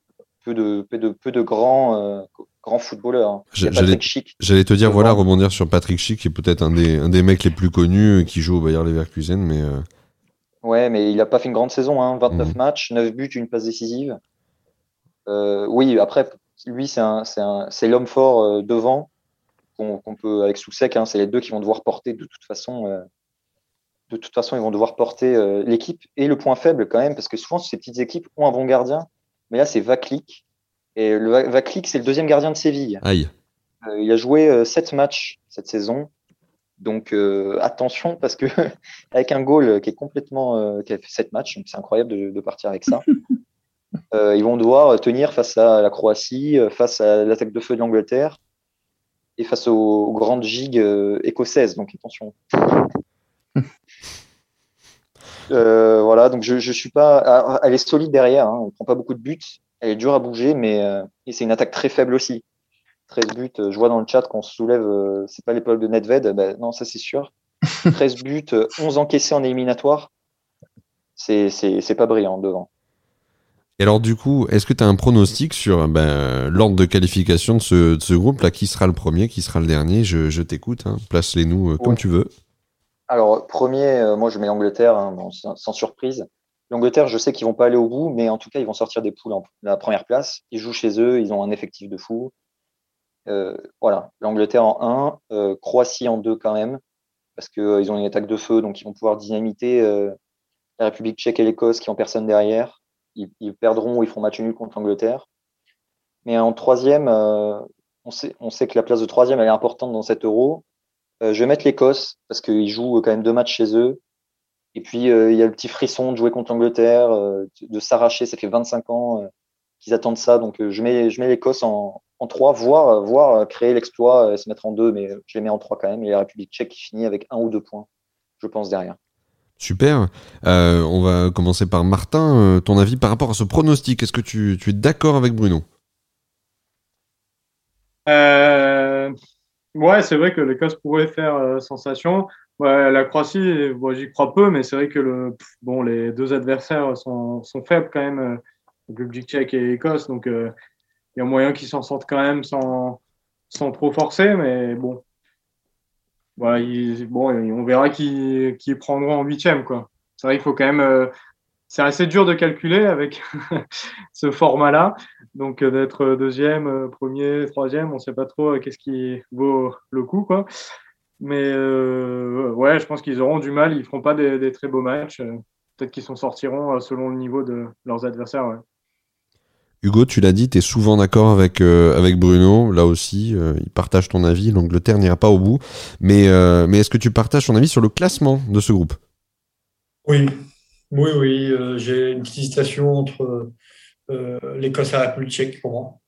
grands footballeurs, hein. Il y a Patrick Schick. J'allais te dire, voilà, rebondir sur Patrick Schick, qui est peut-être un des mecs les plus connus qui joue au Bayer Leverkusen, mais. Ouais, mais il n'a pas fait une grande saison, hein. 29 matchs, 9 buts, une passe décisive. Oui, après, lui, c'est l'homme fort devant qu'on peut, avec Soucek, hein, c'est les deux qui vont devoir porter de toute façon. De toute façon, ils vont devoir porter l'équipe. Et le point faible, quand même, parce que souvent, ces petites équipes ont un bon gardien. Mais là, c'est Vaklik. Et Vaklik, c'est le deuxième gardien de Séville. Aïe. Il a joué 7 matchs cette saison. Donc attention, parce que avec un goal qui est complètement qui a fait 7 matchs, donc c'est incroyable de partir avec ça. Ils vont devoir tenir face à la Croatie, face à l'attaque de feu de l'Angleterre et face aux grandes gigues écossaises. Donc attention. Voilà, donc je suis pas. Elle est solide derrière, hein, elle prend pas beaucoup de buts, elle est dure à bouger, mais et c'est une attaque très faible aussi. 13 buts, je vois dans le chat qu'on se soulève, c'est pas l'épaule de Nedved, non, ça c'est sûr. 13 buts, 11 encaissés en éliminatoire, c'est pas brillant devant. Et alors du coup, est-ce que tu as un pronostic sur l'ordre de qualification de ce groupe-là? Qui sera le premier, qui sera le dernier? Je t'écoute, hein. Place-les-nous comme tu veux. Alors, premier, moi je mets l'Angleterre, hein, bon, sans surprise. L'Angleterre, je sais qu'ils vont pas aller au bout, mais en tout cas, ils vont sortir des poules en la première place. Ils jouent chez eux, ils ont un effectif de fou. Voilà, l'Angleterre en 1, Croatie en 2 quand même, parce qu'ils ont une attaque de feu, donc ils vont pouvoir dynamiter la République tchèque et l'Écosse qui ont personne derrière. Ils perdront ou ils feront match nul contre l'Angleterre. Mais en troisième, on sait que la place de troisième elle est importante dans cet Euro. Je vais mettre l'Écosse parce qu'ils jouent quand même 2 matchs chez eux. Et puis il y a le petit frisson de jouer contre l'Angleterre, de s'arracher. Ça fait 25 ans qu'ils attendent ça, donc je mets l'Écosse en en 3, voire créer l'exploit et se mettre en 2, mais je les mets en 3 quand même. Et la République tchèque qui finit avec 1 ou 2 points, je pense, derrière. Super. On va commencer par Martin. Ton avis par rapport à ce pronostic, est-ce que tu es d'accord avec Bruno? Ouais, c'est vrai que l'Écosse pourrait faire sensation. Ouais, la Croatie, bon, j'y crois peu, mais c'est vrai que les deux adversaires sont faibles quand même, République tchèque et Écosse, donc il y a moyen qu'ils s'en sortent quand même sans trop forcer, mais bon, voilà, on verra qui prendront en huitième, quoi. C'est vrai qu'il faut quand même, c'est assez dur de calculer avec ce format-là. Donc, d'être deuxième, premier, troisième, on ne sait pas trop qu'est-ce qui vaut le coup, quoi. Mais ouais, je pense qu'ils auront du mal. Ils ne feront pas des très beaux matchs. Peut-être qu'ils s'en sortiront selon le niveau de leurs adversaires. Ouais. Hugo, tu l'as dit, tu es souvent d'accord avec Bruno. Là aussi, il partage ton avis. L'Angleterre n'ira pas au bout. Mais est-ce que tu partages ton avis sur le classement de ce groupe? Oui, oui. J'ai une petite hésitation entre l'Écosse et la République tchèque pour moi.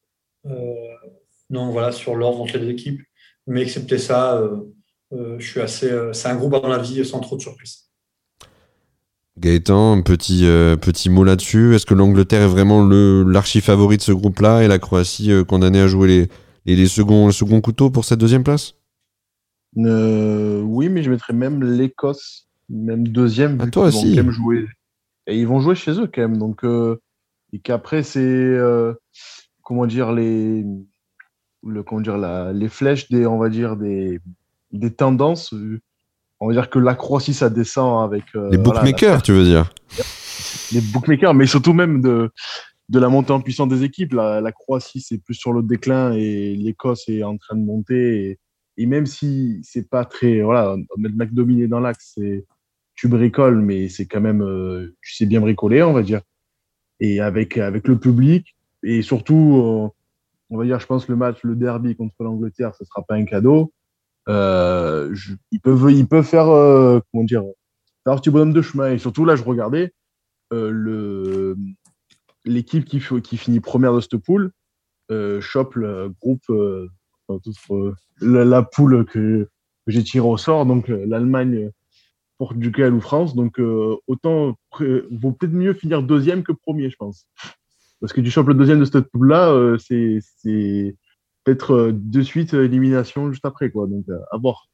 Non, voilà, sur l'ordre entre les deux équipes. Mais excepté ça, je suis c'est un groupe, à mon avis, sans trop de surprises. Gaëtan, un petit mot là-dessus. Est-ce que l'Angleterre est vraiment l'archi-favori de ce groupe-là et la Croatie condamnée à jouer les seconds couteaux pour cette deuxième place? Oui, mais je mettrais même l'Écosse, même deuxième, À vu toi qu'ils vont quand aussi. même jouer. Et ils vont jouer chez eux quand même. Donc, et qu'après, c'est, comment dire, comment dire, les flèches on va dire, des tendances. On va dire que la Croatie, ça descend avec Les voilà, bookmakers, tu veux dire? les bookmakers, mais surtout même de la montée en puissance des équipes. La Croatie, c'est plus sur le déclin et l'Écosse est en train de monter. Et même si c'est pas très, voilà, mettre McDominay dans l'axe, tu bricoles, mais c'est quand même, tu sais bien bricoler, on va dire. Et avec le public, et surtout, on va dire, je pense, le derby contre l'Angleterre, ce sera pas un cadeau. Ils peuvent faire, comment dire, faire un petit bonhomme de chemin. Et surtout, là, je regardais l'équipe qui finit première de cette poule, chope le groupe, la poule que j'ai tirée au sort, donc l'Allemagne, Portugal ou France. Donc, vaut peut-être mieux finir deuxième que premier, je pense. Parce que tu chopes le deuxième de cette poule-là, c'est peut-être de suite élimination juste après, quoi. Donc, à voir.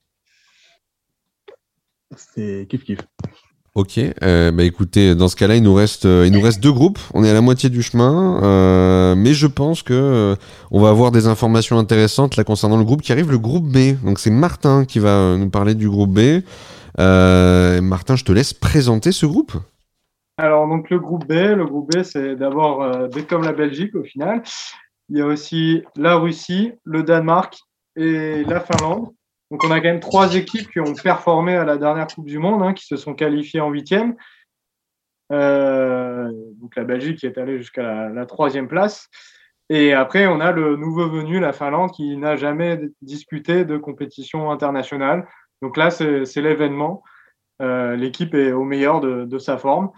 C'est kiff-kiff. Ok, bah écoutez, dans ce cas-là, il nous reste deux groupes. On est à la moitié du chemin, mais je pense que on va avoir des informations intéressantes là concernant le groupe qui arrive, le groupe B. Donc c'est Martin qui va nous parler du groupe B. Martin, je te laisse présenter ce groupe. Alors, donc, le groupe B, c'est d'abord, comme la Belgique au final. Il y a aussi la Russie, le Danemark et la Finlande. Donc, on a quand même 3 équipes qui ont performé à la dernière Coupe du Monde, qui se sont qualifiées en 8e. Donc, la Belgique qui est allée jusqu'à la 3e place. Et après, on a le nouveau venu, la Finlande, qui n'a jamais disputé de compétition internationale. Donc là, c'est l'événement. L'équipe est au meilleur de sa forme.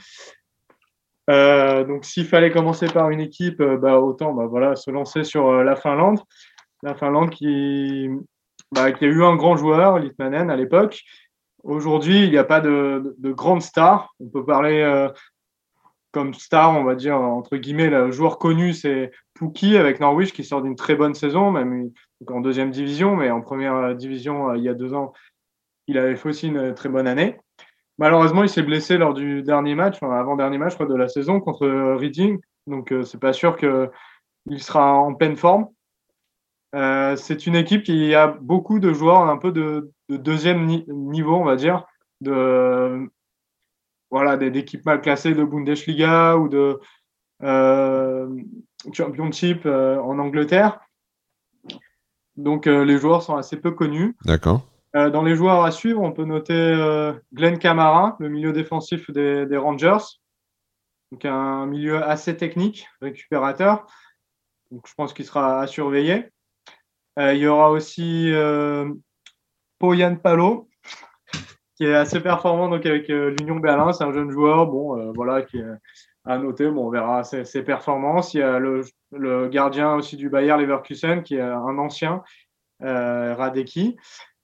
Donc, s'il fallait commencer par une équipe, autant voilà, se lancer sur la Finlande. La Finlande qui a eu un grand joueur, Litmanen, à l'époque. Aujourd'hui, il n'y a pas de grande star. On peut parler comme star, on va dire, entre guillemets, le joueur connu, c'est Pukki avec Norwich qui sort d'une très bonne saison, même en deuxième division, mais en première division, il y a 2 ans, il avait fait aussi une très bonne année. Malheureusement, il s'est blessé lors du dernier match, avant-dernier match de la saison contre Reading. Donc, c'est pas sûr qu'il sera en pleine forme. C'est une équipe qui a beaucoup de joueurs un peu de deuxième niveau, on va dire, d'équipes mal classées de Bundesliga ou de Championship en Angleterre. Donc, les joueurs sont assez peu connus. D'accord. Dans les joueurs à suivre, on peut noter Glenn Kamara, le milieu défensif des Rangers. Donc, un milieu assez technique, récupérateur. Donc, je pense qu'il sera à surveiller. Il y aura aussi Poyan Palo, qui est assez performant donc, avec l'Union Berlin. C'est un jeune joueur à noter. Bon, on verra ses performances. Il y a le gardien aussi du Bayer Leverkusen qui est un ancien, Radecki.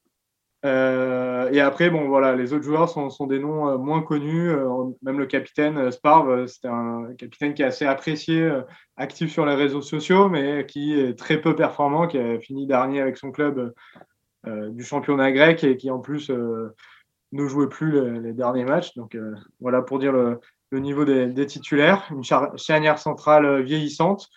Et après, bon, voilà, les autres joueurs sont des noms moins connus. Même le capitaine Sparv, c'était un capitaine qui est assez apprécié, actif sur les réseaux sociaux, mais qui est très peu performant, qui a fini dernier avec son club du championnat grec et qui en plus ne jouait plus les derniers matchs. Donc voilà pour dire le niveau des titulaires. Une charnière centrale vieillissante.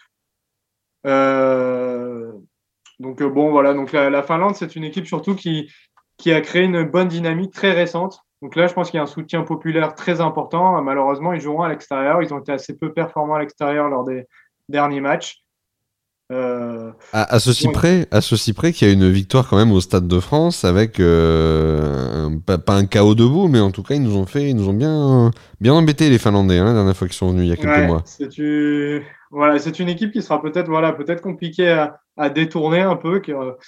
Donc bon, voilà. Donc la Finlande, c'est une équipe surtout qui a créé une bonne dynamique très récente. Donc là, je pense qu'il y a un soutien populaire très important. Malheureusement, ils joueront à l'extérieur. Ils ont été assez peu performants à l'extérieur lors des derniers matchs. À ceci près qu'il y a une victoire quand même au Stade de France avec pas un chaos debout, mais en tout cas ils nous ont bien embêté les Finlandais la dernière fois qu'ils sont venus il y a quelques mois. C'est une équipe qui sera peut-être compliquée à détourner un peu,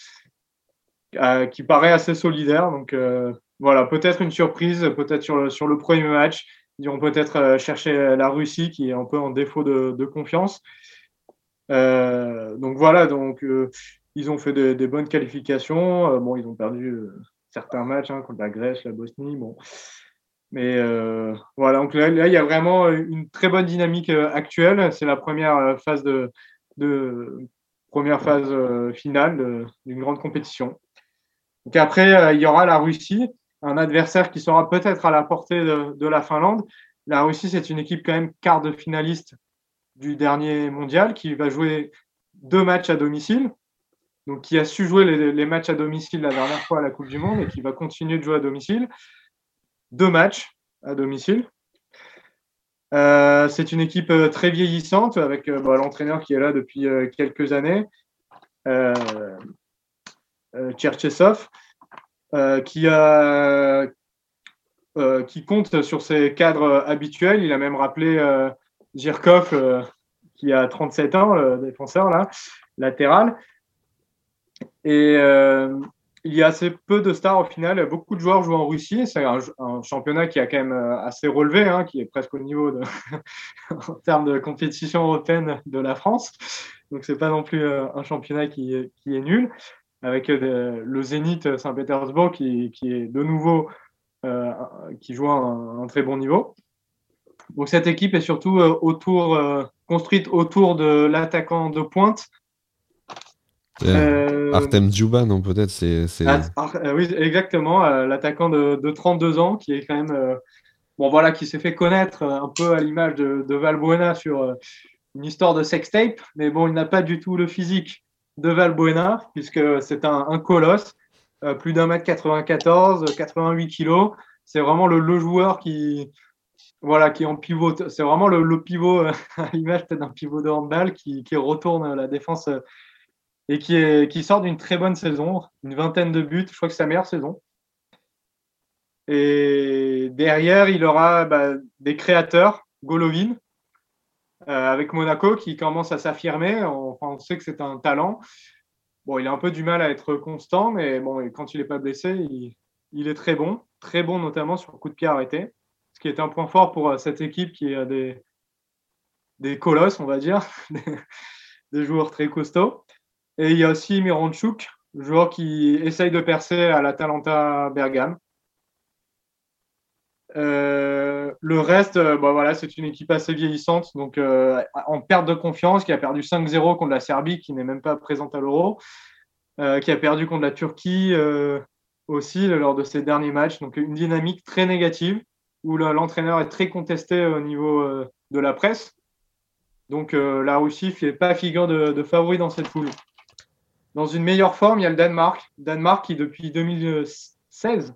qui paraît assez solidaire. Donc voilà, peut-être une surprise, peut-être sur le premier match. Ils vont peut-être chercher la Russie qui est un peu en défaut de confiance. Donc voilà, ils ont fait des bonnes qualifications. Bon, ils ont perdu certains matchs contre la Grèce, la Bosnie. Bon, mais voilà. Donc là, il y a vraiment une très bonne dynamique actuelle. C'est la première phase finale d'une grande compétition. Donc après, il y aura la Russie, un adversaire qui sera peut-être à la portée de la Finlande. La Russie, c'est une équipe quand même quart de finaliste du dernier mondial, qui va jouer 2 matchs à domicile, donc qui a su jouer les matchs à domicile la dernière fois à la Coupe du Monde et qui va continuer de jouer à domicile. 2 matchs à domicile. C'est une équipe très vieillissante avec l'entraîneur qui est là depuis quelques années, Cherchesov, qui compte sur ses cadres habituels. Il a même rappelé Zhirkov, qui a 37 ans, le défenseur là, latéral. Et il y a assez peu de stars au final. Beaucoup de joueurs jouent en Russie. C'est un championnat qui a quand même assez relevé, qui est presque au niveau en termes de compétition européenne de la France. Donc c'est pas non plus un championnat qui est nul. Avec le Zénith Saint-Pétersbourg qui est de nouveau qui joue un très bon niveau. Donc cette équipe est surtout construite autour de l'attaquant de pointe. Artem Djuba, non, peut-être oui, exactement, l'attaquant de 32 ans qui est quand même qui s'est fait connaître un peu à l'image de Valbuena sur une histoire de sextape, mais bon, il n'a pas du tout le physique de Valbuena puisque c'est un colosse, plus d'1m94, 88 kg. C'est vraiment le joueur qui est en pivot. C'est vraiment le pivot à l'image peut-être d'un pivot de handball qui retourne la défense et qui sort d'une très bonne saison, une 20aine de buts. Je crois que c'est sa meilleure saison. Et derrière, il aura des créateurs, Golovin, avec Monaco, qui commence à s'affirmer. On sait que c'est un talent. Bon, il a un peu du mal à être constant, mais bon, quand il n'est pas blessé, il est très bon notamment sur coup de pied arrêté. Ce qui est un point fort pour cette équipe qui a des colosses, on va dire, des joueurs très costauds. Et il y a aussi Miranchuk, joueur qui essaye de percer à l'Atalanta Bergame. Le reste, c'est une équipe assez vieillissante, donc en perte de confiance, qui a perdu 5-0 contre la Serbie, qui n'est même pas présente à l'Euro, qui a perdu contre la Turquie aussi lors de ses derniers matchs. Donc une dynamique très négative, où l'entraîneur est très contesté au niveau de la presse. Donc la Russie ne fait pas figure de favori dans cette poule. Dans une meilleure forme, il y a le Danemark. Danemark qui, depuis 2016,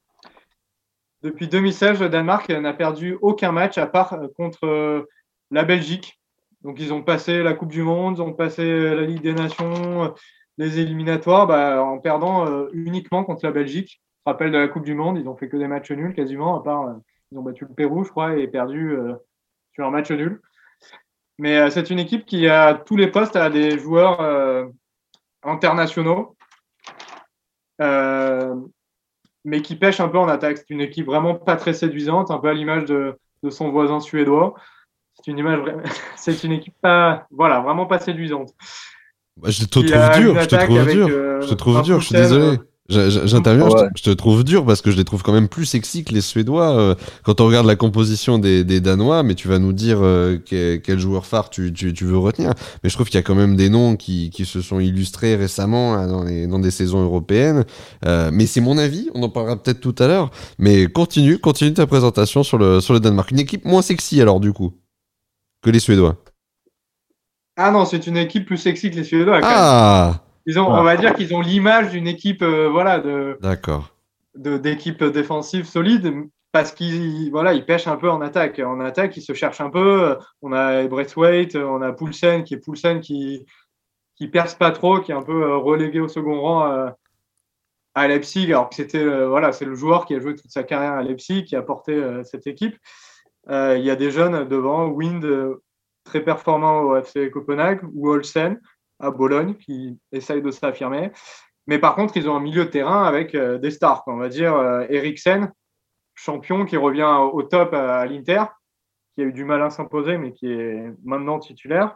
le Danemark n'a perdu aucun match à part contre la Belgique. Donc ils ont passé la Coupe du Monde, ils ont passé la Ligue des Nations, les éliminatoires, en perdant uniquement contre la Belgique. Je me rappelle de la Coupe du Monde, ils n'ont fait que des matchs nuls quasiment, à part ils ont battu le Pérou, je crois, et perdu sur un match nul. Mais c'est une équipe qui, à tous les postes, a des joueurs internationaux, mais qui pêche un peu en attaque. C'est une équipe vraiment pas très séduisante, un peu à l'image de son voisin suédois. c'est une équipe pas, voilà, vraiment pas séduisante. Bah, je te trouve dur, je te trouve dur, je suis désolé. J'interviens, Ouais. je te trouve dur parce que je les trouve quand même plus sexy que les Suédois. Quand on regarde la composition des Danois, mais tu vas nous dire quel joueur phare tu veux retenir. Mais je trouve qu'il y a quand même des noms qui se sont illustrés récemment là, dans des saisons européennes. Mais c'est mon avis, on en parlera peut-être tout à l'heure. Mais continue ta présentation sur le Danemark. Une équipe moins sexy alors du coup que les Suédois. Ah non, c'est une équipe plus sexy que les Suédois, quand même. Ah, On va dire qu'ils ont l'image d'une équipe, voilà, d'accord. d'équipe défensive solide, parce ils pêchent un peu en attaque. En attaque, ils se cherchent un peu. On a Braithwaite, on a Poulsen qui perce pas trop, qui est un peu relégué au second rang à Leipzig, alors que c'est le joueur qui a joué toute sa carrière à Leipzig, qui a porté cette équipe. Il y a des jeunes devant, Wind, très performant au FC Copenhague, ou Olsen à Bologne, qui essaye de s'affirmer. Mais par contre, ils ont un milieu de terrain avec des stars, on va dire Eriksen, champion qui revient au top à l'Inter, qui a eu du mal à s'imposer, mais qui est maintenant titulaire.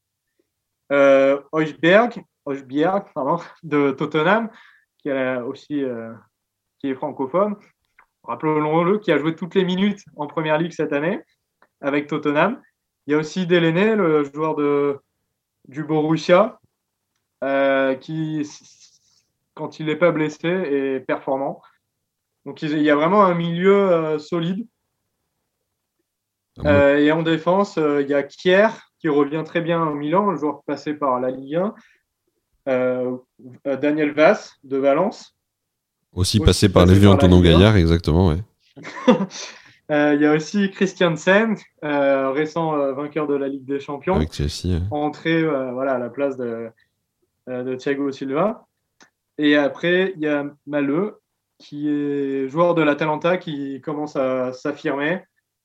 Højbjerg, de Tottenham, qui est francophone. Rappelons-le, qui a joué toutes les minutes en Première Ligue cette année avec Tottenham. Il y a aussi Delaney, le joueur du Borussia, qui, quand il n'est pas blessé, est performant. Donc il y a vraiment un milieu solide. Et en défense, il y a Kier qui revient très bien au Milan, le joueur passé par la Ligue 1. Daniel Vass de Valence. Aussi passé par les vieux Antonin Gaillard, exactement, ouais. Il y a aussi Christiansen, récent vainqueur de la Ligue des Champions. Avec Chelsea. Ouais. Entré à la place de Thiago Silva. Et après, il y a Maleux, qui est joueur de l'Atalanta, qui commence à s'affirmer.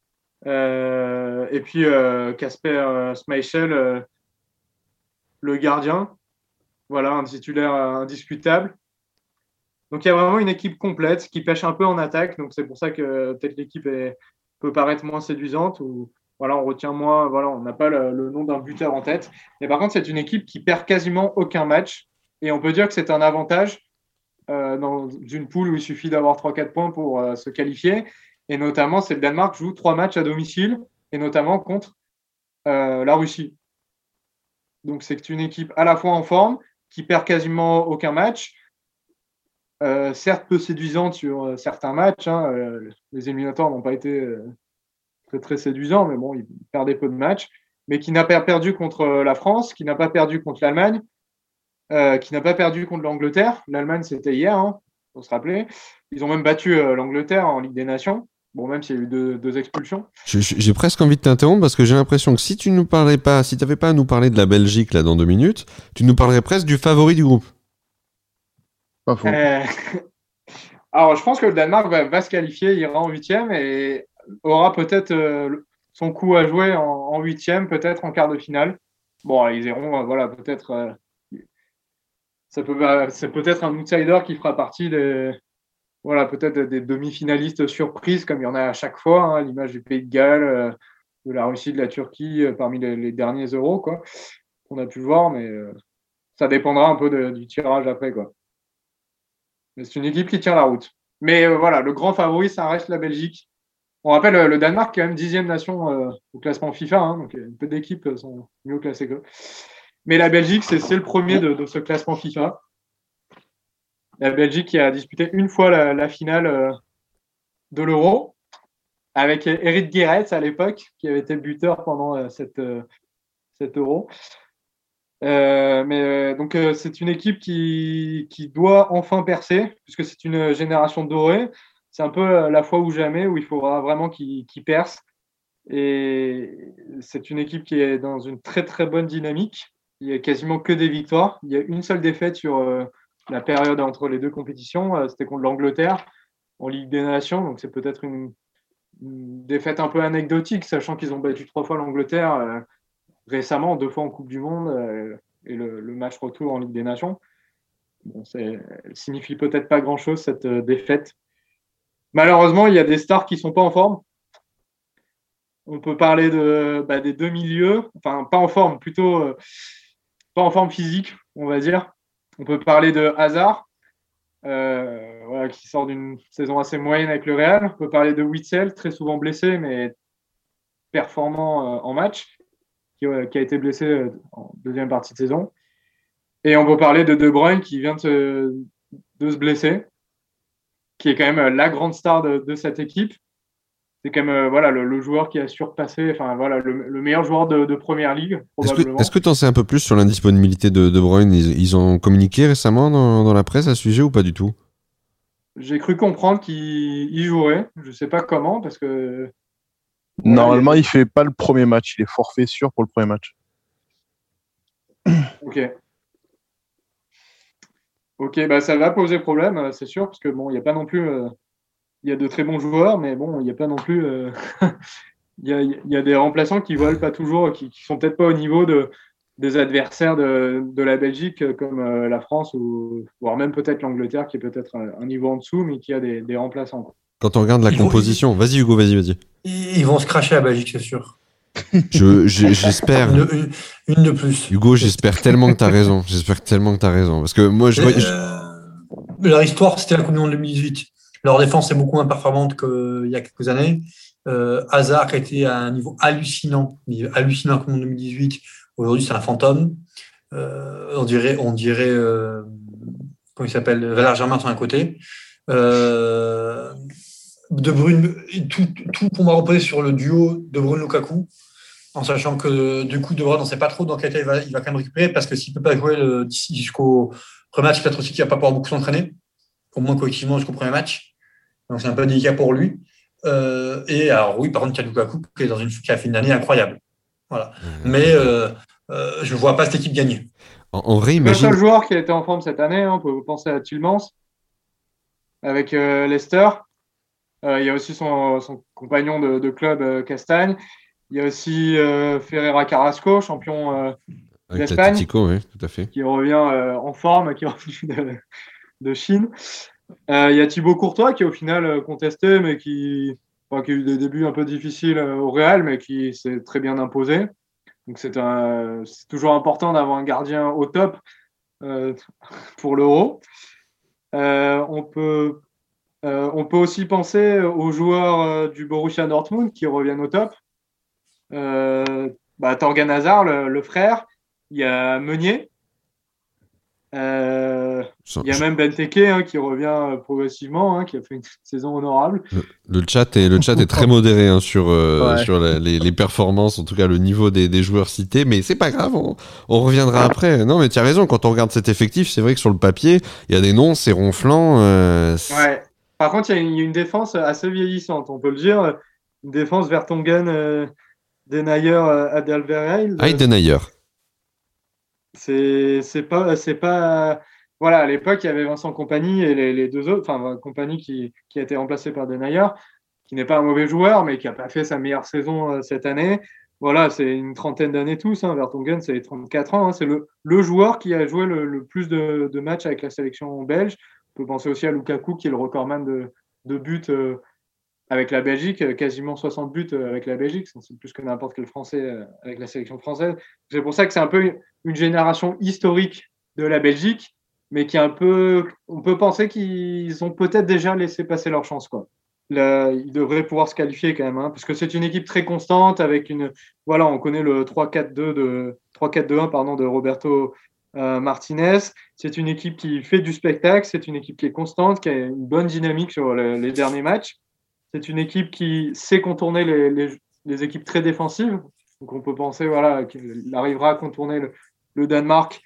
Et puis Kasper Schmeichel, le gardien. Voilà, un titulaire indiscutable. Donc il y a vraiment une équipe complète qui pêche un peu en attaque. Donc c'est pour ça que peut-être l'équipe peut paraître moins séduisante. Ou voilà, on retient moins. Voilà, on n'a pas le nom d'un buteur en tête. Mais par contre, c'est une équipe qui perd quasiment aucun match. Et on peut dire que c'est un avantage dans une poule où il suffit d'avoir 3-4 points pour se qualifier. Et notamment, c'est le Danemark joue 3 matchs à domicile, et notamment contre la Russie. Donc c'est une équipe à la fois en forme, qui perd quasiment aucun match, certes peu séduisante sur certains matchs. Les éliminatoires n'ont pas été très, très séduisants, mais bon, ils perdaient peu de matchs, mais qui n'a pas perdu contre la France, qui n'a pas perdu contre l'Allemagne, qui n'a pas perdu contre l'Angleterre. L'Allemagne, c'était hier, faut se rappeler. Ils ont même battu l'Angleterre en Ligue des Nations. Bon, même s'il y a eu deux expulsions. J'ai presque envie de t'interrompre parce que j'ai l'impression que si tu nous parlais pas, si t'avais pas à nous parler de la Belgique là dans 2 minutes, tu nous parlerais presque du favori du groupe. Pas faux. Alors, je pense que le Danemark va se qualifier, ira en 8e et aura peut-être son coup à jouer en 8e, peut-être en quart de finale. Bon, ils iront, peut-être. C'est peut-être un outsider qui fera partie peut-être des demi-finalistes surprises, comme il y en a à chaque fois, à l'image du Pays de Galles, de la Russie, de la Turquie, parmi les derniers euros, quoi, qu'on a pu voir, mais ça dépendra un peu du tirage après, quoi. Mais c'est une équipe qui tient la route. Mais le grand favori, ça reste la Belgique. On rappelle, le Danemark, quand même 10e nation au classement FIFA, donc peu d'équipes sont mieux classées qu'eux. Mais la Belgique, c'est le premier de ce classement FIFA. La Belgique qui a disputé une fois la finale de l'Euro avec Eric Guéret à l'époque, qui avait été buteur pendant cet Euro. Donc c'est une équipe qui doit enfin percer, puisque c'est une génération dorée. C'est un peu la fois ou jamais où il faudra vraiment qu'ils percent. Et c'est une équipe qui est dans une très très bonne dynamique. Il n'y a quasiment que des victoires. Il y a une seule défaite sur la période entre les deux compétitions. C'était contre l'Angleterre en Ligue des Nations. Donc c'est peut-être une défaite un peu anecdotique, sachant qu'ils ont battu 3 fois l'Angleterre récemment, 2 fois en Coupe du Monde et le match retour en Ligue des Nations. Bon, elle signifie peut-être pas grand-chose, cette défaite. Malheureusement, il y a des stars qui ne sont pas en forme. On peut parler des deux milieux, enfin pas en forme, plutôt pas en forme physique, on va dire. On peut parler de Hazard, qui sort d'une saison assez moyenne avec le Real. On peut parler de Witsel, très souvent blessé, mais performant en match, qui a été blessé en deuxième partie de saison. Et on peut parler de Bruyne, qui vient de se blesser, qui est quand même la grande star de cette équipe. C'est quand même le joueur qui a surpassé, le meilleur joueur de première ligue, probablement. Est-ce que tu en sais un peu plus sur l'indisponibilité de Bruyne? Ils ont communiqué récemment dans la presse à ce sujet ou pas du tout? J'ai cru comprendre qu'il jouerait. Je ne sais pas comment, parce que... Normalement, il ne fait pas le premier match. Il est forfait sûr pour le premier match. Ok, ça va poser problème, c'est sûr, parce que il n'y a pas non plus... Il y a de très bons joueurs, mais bon, il n'y a pas non plus... Il y a des remplaçants qui volent pas toujours, qui sont peut-être pas au niveau des adversaires de la Belgique, comme la France, voire même peut-être l'Angleterre, qui est peut-être un niveau en dessous, mais qui a des remplaçants, quoi. Quand on regarde la composition... Vas-y Hugo, vas-y. Ils vont se cracher à Belgique, c'est sûr. J'espère. Une de plus. Hugo, j'espère tellement que t'as raison. Parce que moi, leur histoire, c'était la Coupe du Monde 2018. Leur défense est beaucoup moins performante qu'il y a quelques années. Hazard a été à un niveau hallucinant en Coupe du Monde 2018. Aujourd'hui, c'est un fantôme. On dirait comment il s'appelle, Valère Germain sur un côté. De Bruyne, tout pour moi reposer sur le duo De Bruyne-Lukaku, en sachant que du coup De Bruyne, on ne sait pas trop dans quel cas il va quand même récupérer, parce que s'il ne peut pas jouer d'ici jusqu'au premier match, peut-être aussi qu'il ne va pas pouvoir beaucoup s'entraîner, au moins collectivement jusqu'au premier match. Donc c'est un peu délicat pour lui. Et alors oui, par contre, il y a Lukaku qui a fait une année incroyable. Voilà. Mais je ne vois pas cette équipe gagner. En vrai, imagine... Le seul joueur qui a été en forme cette année, on peut penser à Tielemans avec Leicester. Il y a aussi son compagnon de club, Castagne. Il y a aussi Ferreira Carrasco, champion d'Espagne. Atlético, oui, tout à fait. Qui revient en forme, qui est revenu de Chine. Il y a Thibaut Courtois qui est au final contesté, mais qui a eu des débuts un peu difficiles au Real, mais qui s'est très bien imposé. Donc c'est toujours important d'avoir un gardien au top pour l'Euro. On peut aussi penser aux joueurs du Borussia Dortmund qui reviennent au top. Thorgan Hazard, le frère. Il y a Meunier. Il y a même Benteke qui revient progressivement, qui a fait une saison honorable. Le chat est très modéré sur les performances, en tout cas le niveau des joueurs cités, mais c'est pas grave, on reviendra après. Non mais tu as raison, quand on regarde cet effectif, c'est vrai que sur le papier, il y a des noms, c'est ronflant. Ouais. Par contre, il y a une défense assez vieillissante, on peut le dire. Une défense Vertonghen, Denayer, Adalverheil. Denayer. C'est pas voilà, à l'époque il y avait Vincent Kompany et les deux autres, enfin Kompany qui a été remplacé par Denayer, qui n'est pas un mauvais joueur mais qui a pas fait sa meilleure saison cette année. Voilà, c'est une trentaine d'années tous, Vertonghen c'est 34 ans, c'est le joueur qui a joué le plus de matchs avec la sélection belge. On peut penser aussi à Lukaku qui est le recordman de buts avec la Belgique, quasiment 60 buts avec la Belgique, c'est plus que n'importe quel Français avec la sélection française. C'est pour ça que c'est un peu une génération historique de la Belgique, mais on peut penser qu'ils ont peut-être déjà laissé passer leur chance, quoi. Là, ils devraient pouvoir se qualifier quand même, parce que c'est une équipe très constante avec on connaît le 3-4-1 de Roberto Martinez. C'est une équipe qui fait du spectacle, c'est une équipe qui est constante, qui a une bonne dynamique sur les derniers matchs. C'est une équipe qui sait contourner les équipes très défensives. Donc on peut penser qu'il arrivera à contourner le Danemark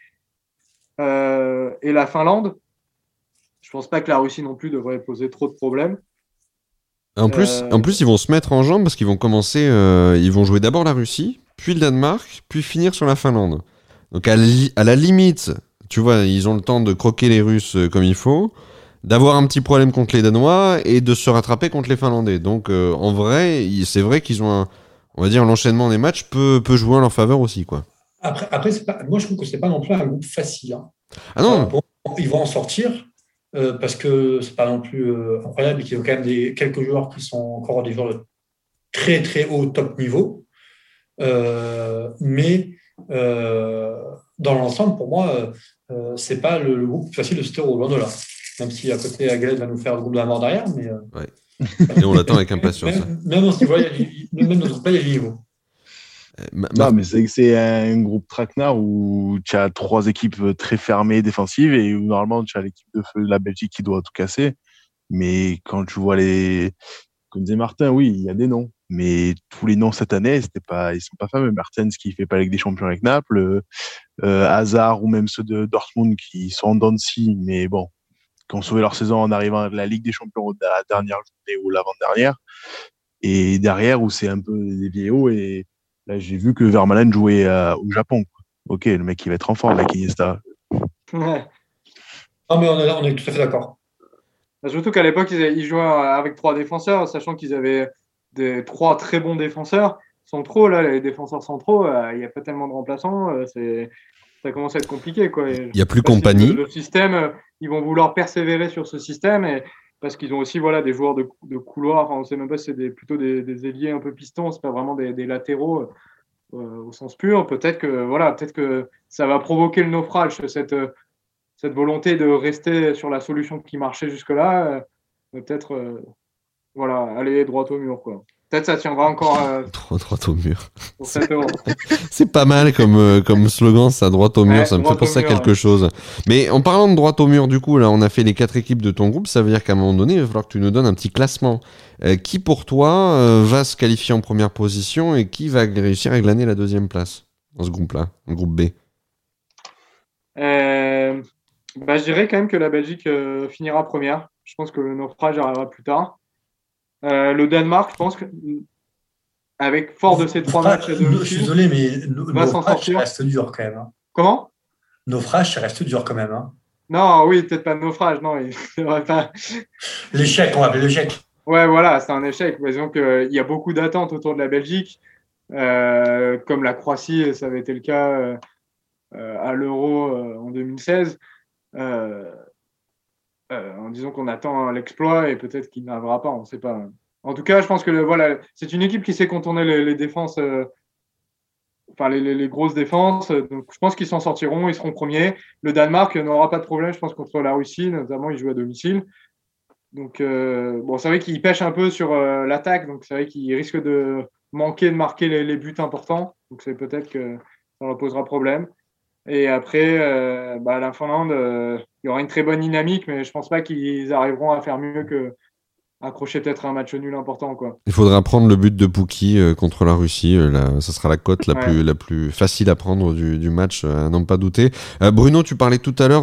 et la Finlande. Je ne pense pas que la Russie non plus devrait poser trop de problèmes. En plus, ils vont se mettre en jambes parce qu'ils vont commencer, ils vont jouer d'abord la Russie, puis le Danemark, puis finir sur la Finlande. Donc à la limite, tu vois, ils ont le temps de croquer les Russes comme il faut, d'avoir un petit problème contre les Danois et de se rattraper contre les Finlandais. Donc en vrai, c'est vrai qu'ils ont on va dire l'enchaînement des matchs peut jouer en leur faveur aussi, quoi. Après moi je trouve que c'est pas non plus un groupe facile. Ah non. Ils vont en sortir parce que c'est pas non plus incroyable et qu'il y a quand même quelques joueurs qui sont encore des joueurs très très haut top niveau. Mais dans l'ensemble, pour moi, c'est pas le groupe facile de cet Euro, loin de là. Même si à côté, Galette va nous faire le groupe de la mort derrière. Mais, Et on l'attend avec impatience. Même dans ce niveau, même dans ce groupe-là, il y a du niveau. Non, mais c'est un groupe traquenard où tu as 3 équipes très fermées défensives et où normalement tu as l'équipe de feu de la Belgique qui doit tout casser. Mais quand tu vois comme disait Martin, oui, il y a des noms. Mais tous les noms cette année, ils sont pas fameux. Mertens qui fait pas la Ligue des Champions avec Naples, Hazard ou même ceux de Dortmund qui sont en dents de scie, mais bon, qui ont sauvé leur saison en arrivant à la Ligue des Champions à la dernière journée ou l'avant-dernière. Et derrière, où c'est un peu des vieillots. Et là, j'ai vu que Vermaelen jouait au Japon. Ok, le mec, il va être en forme avec Iniesta. Ouais. Non, mais on est tout à fait d'accord. Surtout qu'à l'époque, ils jouaient avec 3 défenseurs, sachant qu'ils avaient 3 très bons défenseurs centraux. Là, les défenseurs centraux, il n'y a pas tellement de remplaçants. Ça commence à être compliqué, quoi. Il n'y a plus compagnie. Le système, ils vont vouloir persévérer sur ce système parce qu'ils ont aussi des joueurs de couloir. Enfin, on ne sait même pas si c'est plutôt des ailiers un peu pistons, c'est pas vraiment des latéraux au sens pur. Peut-être que ça va provoquer le naufrage, cette volonté de rester sur la solution qui marchait jusque-là, peut-être aller droit au mur, quoi. Peut-être ça tiendra encore droit au mur. pour 7 euros. C'est pas mal comme slogan, ça, droit au mur, ça me fait penser à quelque chose. Mais en parlant de droit au mur, du coup, là, on a fait les 4 équipes de ton groupe, ça veut dire qu'à un moment donné, il va falloir que tu nous donnes un petit classement. Qui, pour toi, va se qualifier en première position et qui va réussir à glaner la 2e place dans ce groupe-là, le groupe B? Je dirais quand même que la Belgique finira première. Je pense que le naufrage arrivera plus tard. Le Danemark, je pense que avec fort de ces 3 matchs à domicile, je suis désolé, mais naufrage, ça reste dur quand même. Hein. Comment ? Naufrage, ça reste dur quand même. Hein. Non, oui, peut-être pas de naufrage, non. Pas... L'échec, on va appeler l'échec. Ouais, voilà, c'est un échec. Disons qu'il y a beaucoup d'attentes autour de la Belgique, comme la Croatie, ça avait été le cas à l'Euro en 2016. En disant qu'on attend l'exploit et peut-être qu'il n'arrivera pas, on ne sait pas. En tout cas, je pense que c'est une équipe qui sait contourner les défenses, les grosses défenses. Donc, je pense qu'ils s'en sortiront, ils seront premiers. Le Danemark n'aura pas de problème, je pense, contre la Russie, notamment, ils jouent à domicile. Donc, c'est vrai qu'ils pêchent un peu sur l'attaque, donc c'est vrai qu'ils risquent de manquer de marquer les buts importants. Donc, c'est peut-être que ça leur posera problème. Et après, la Finlande, il y aura une très bonne dynamique, mais je ne pense pas qu'ils arriveront à faire mieux que accrocher peut-être un match nul important, quoi. Il faudra prendre le but de Pukki contre la Russie. Ça sera la cote la plus facile à prendre du match, à n'en pas douter. Bruno, tu parlais tout à l'heure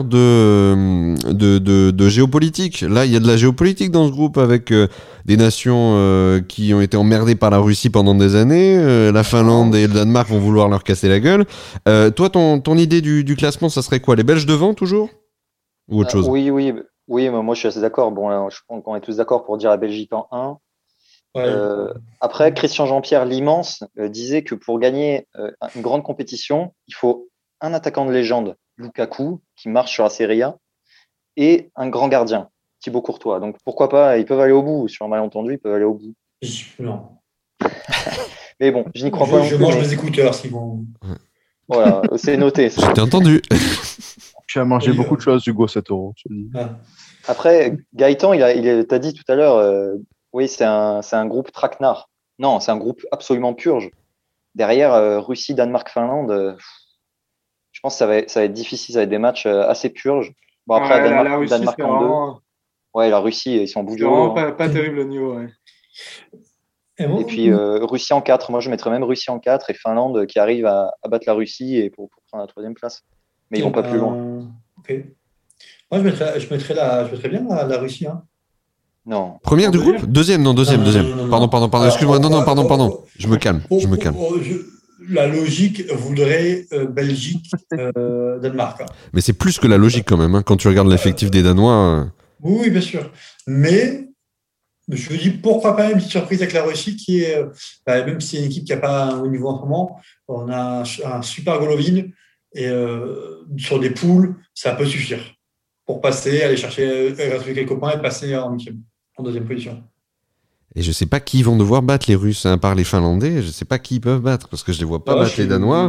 de géopolitique. Là, il y a de la géopolitique dans ce groupe avec des nations qui ont été emmerdées par la Russie pendant des années. La Finlande et le Danemark vont vouloir leur casser la gueule. Toi, ton idée du classement, ça serait quoi? Les Belges devant, toujours? Ou autre chose? Oui, moi je suis assez d'accord. Bon, là, je pense qu'on est tous d'accord pour dire la Belgique en 1. Ouais. Après, Christian Jean-Pierre l'immense disait que pour gagner une grande compétition, il faut un attaquant de légende, Lukaku, qui marche sur la Serie A, et un grand gardien, Thibaut Courtois. Donc pourquoi pas, ils peuvent aller au bout. Sur un malentendu, ils peuvent aller au bout. Non. Mais bon, je n'y crois pas non plus. Je mange mes écouteurs s'ils vont. Voilà, c'est noté. Je t'ai entendu. Tu as mangé beaucoup de choses, Hugo, 7 euros. Après, Gaëtan, t'as dit tout à l'heure, oui, c'est un groupe traquenard. Non, c'est un groupe absolument purge. Derrière, Russie, Danemark, Finlande, je pense que ça va être difficile, ça va être des matchs assez purges. Bon, après, Danemark en 2. Vraiment... Ouais, la Russie, ils sont en bout c'est du vraiment rouleau. pas terrible le niveau, ouais. Et puis Russie en 4. Moi, je mettrais même Russie en 4 et Finlande qui arrive à battre la Russie et pour prendre la 3e place. Mais ils vont pas plus loin. Ok. Moi, je mettrais bien la Russie. Hein. Non. Première du groupe? Deuxième. Non. Pardon. Excuse-moi. Non, pardon. Je me calme. La logique voudrait Belgique, Danemark. Hein. Mais c'est plus que la logique quand même. Hein. Quand tu regardes l'effectif des Danois. Oui, bien sûr. Mais je me dis pourquoi pas une petite surprise avec la Russie qui est, même si c'est une équipe qui n'a pas un haut niveau en ce moment, on a un super Golovin et sur des poules, ça peut suffire pour passer, aller chercher quelques points et passer en 2e position. Et je sais pas qui vont devoir battre les Russes, à part les Finlandais. Je sais pas qui ils peuvent battre parce que je les vois pas battre les Danois.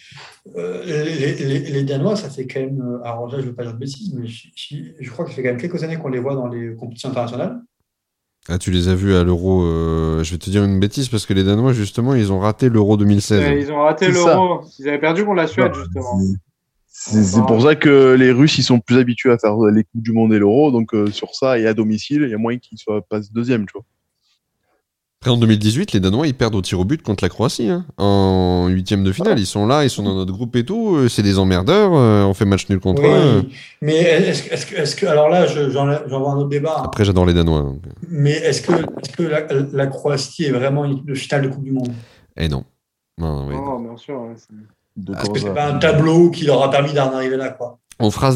Les Danois, ça fait quand même. Alors là, je ne veux pas dire de bêtises, mais je crois que ça fait quand même quelques années qu'on les voit dans les compétitions internationales. Ah, tu les as vus à l'Euro. Je vais te dire une bêtise parce que les Danois, justement, ils ont raté l'Euro 2016. Ils ont raté l'Euro. Ils avaient perdu contre la Suède, justement. C'est pour ça que les Russes, ils sont plus habitués à faire les Coupes du Monde et l'Euro. Donc, sur ça, et à domicile, il y a moyen qu'ils passent deuxième, tu vois. Après, en 2018, les Danois, ils perdent au tir au but contre la Croatie, hein, en 8e de finale. Ils sont là, ils sont dans notre groupe et tout. C'est des emmerdeurs. On fait match nul contre eux. Mais est-ce que alors là, j'en vois un autre débat. Hein. Après, j'adore les Danois. Donc. Mais est-ce que la Croatie est vraiment une équipe de finale de Coupe du Monde? Eh non. Non, bien sûr. Ouais, est-ce que c'est pas un tableau qui leur a permis d'en arriver là, quoi? On fera ce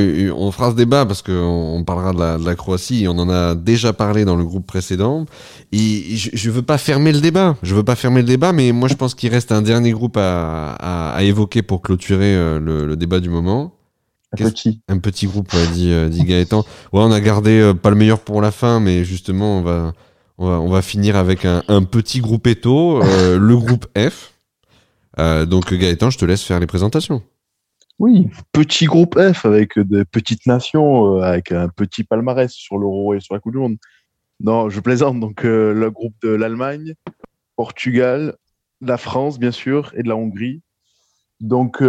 débat parce qu'on parlera de la Croatie et on en a déjà parlé dans le groupe précédent. Et je veux pas fermer le débat. Mais moi je pense qu'il reste un dernier groupe à évoquer pour clôturer le débat du moment. Un petit groupe, dit Gaëtan. Ouais, on a gardé pas le meilleur pour la fin, mais justement on va finir avec un petit groupetto, le groupe F. Donc Gaëtan, je te laisse faire les présentations. Oui, petit groupe F avec de petites nations, avec un petit palmarès sur l'Euro et sur la Coupe du Monde. Non, je plaisante. Donc, le groupe de l'Allemagne, Portugal, la France, bien sûr, et de la Hongrie. Donc,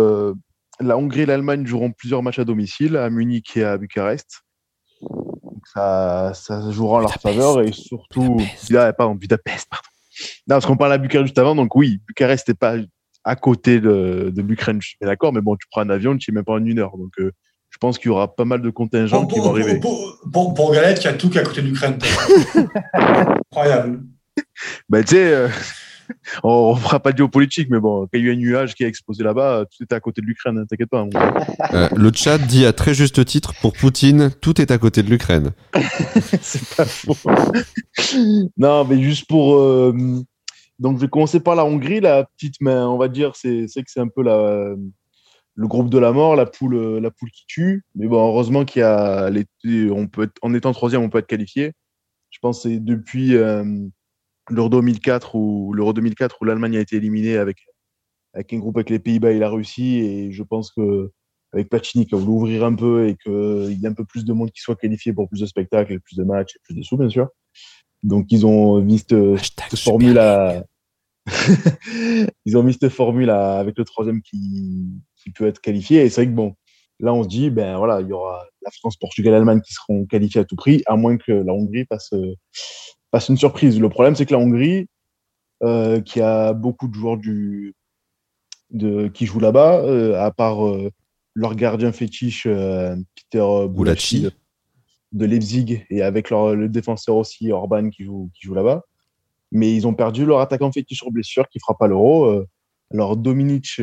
la Hongrie et l'Allemagne joueront plusieurs matchs à domicile, à Munich et à Bucarest. Donc, ça jouera en leur faveur et surtout. Budapest, pardon. Non, parce qu'on parlait à Bucarest juste avant, donc oui, Bucarest n'est pas à côté de l'Ukraine, je suis d'accord, mais bon, tu prends un avion, tu n'y es même pas en 1 heure. Donc, je pense qu'il y aura pas mal de contingents qui vont arriver. Pour Galette, il y a tout qui est à côté de l'Ukraine. Incroyable. Bah, tu sais, on ne fera pas de géopolitique, mais bon, quand il y a eu un nuage qui a explosé là-bas, tout était à côté de l'Ukraine, hein, t'inquiète pas. Le chat dit à très juste titre, pour Poutine, tout est à côté de l'Ukraine. C'est pas faux. Non, mais juste pour... Donc, je vais commencer par la Hongrie, la petite main, on va dire, c'est que c'est un peu le groupe de la mort, la poule qui tue. Mais bon, heureusement qu'il y a en étant troisième, on peut être qualifié. Je pense que c'est depuis l'Euro 2004 où l'Allemagne a été éliminée avec un groupe avec les Pays-Bas et la Russie. Et je pense qu'avec Platini, qui a voulu ouvrir un peu et qu'il y a un peu plus de monde qui soit qualifié pour plus de spectacles, plus de matchs et plus de sous, bien sûr. Donc, ils ont mis cette formule ils ont mis cette formule avec le troisième qui peut être qualifié. Et c'est vrai que bon, là, on se dit, ben voilà, il y aura la France, Portugal, Allemagne qui seront qualifiés à tout prix, à moins que la Hongrie fasse une surprise. Le problème, c'est que la Hongrie, qui a beaucoup de joueurs qui jouent là-bas, à part leur gardien fétiche, Peter Boulachi de Leipzig, et avec le défenseur aussi, Orban, qui joue là-bas. Mais ils ont perdu leur attaquant fétiche sur blessure qui ne fera pas l'Euro. Alors, Dominic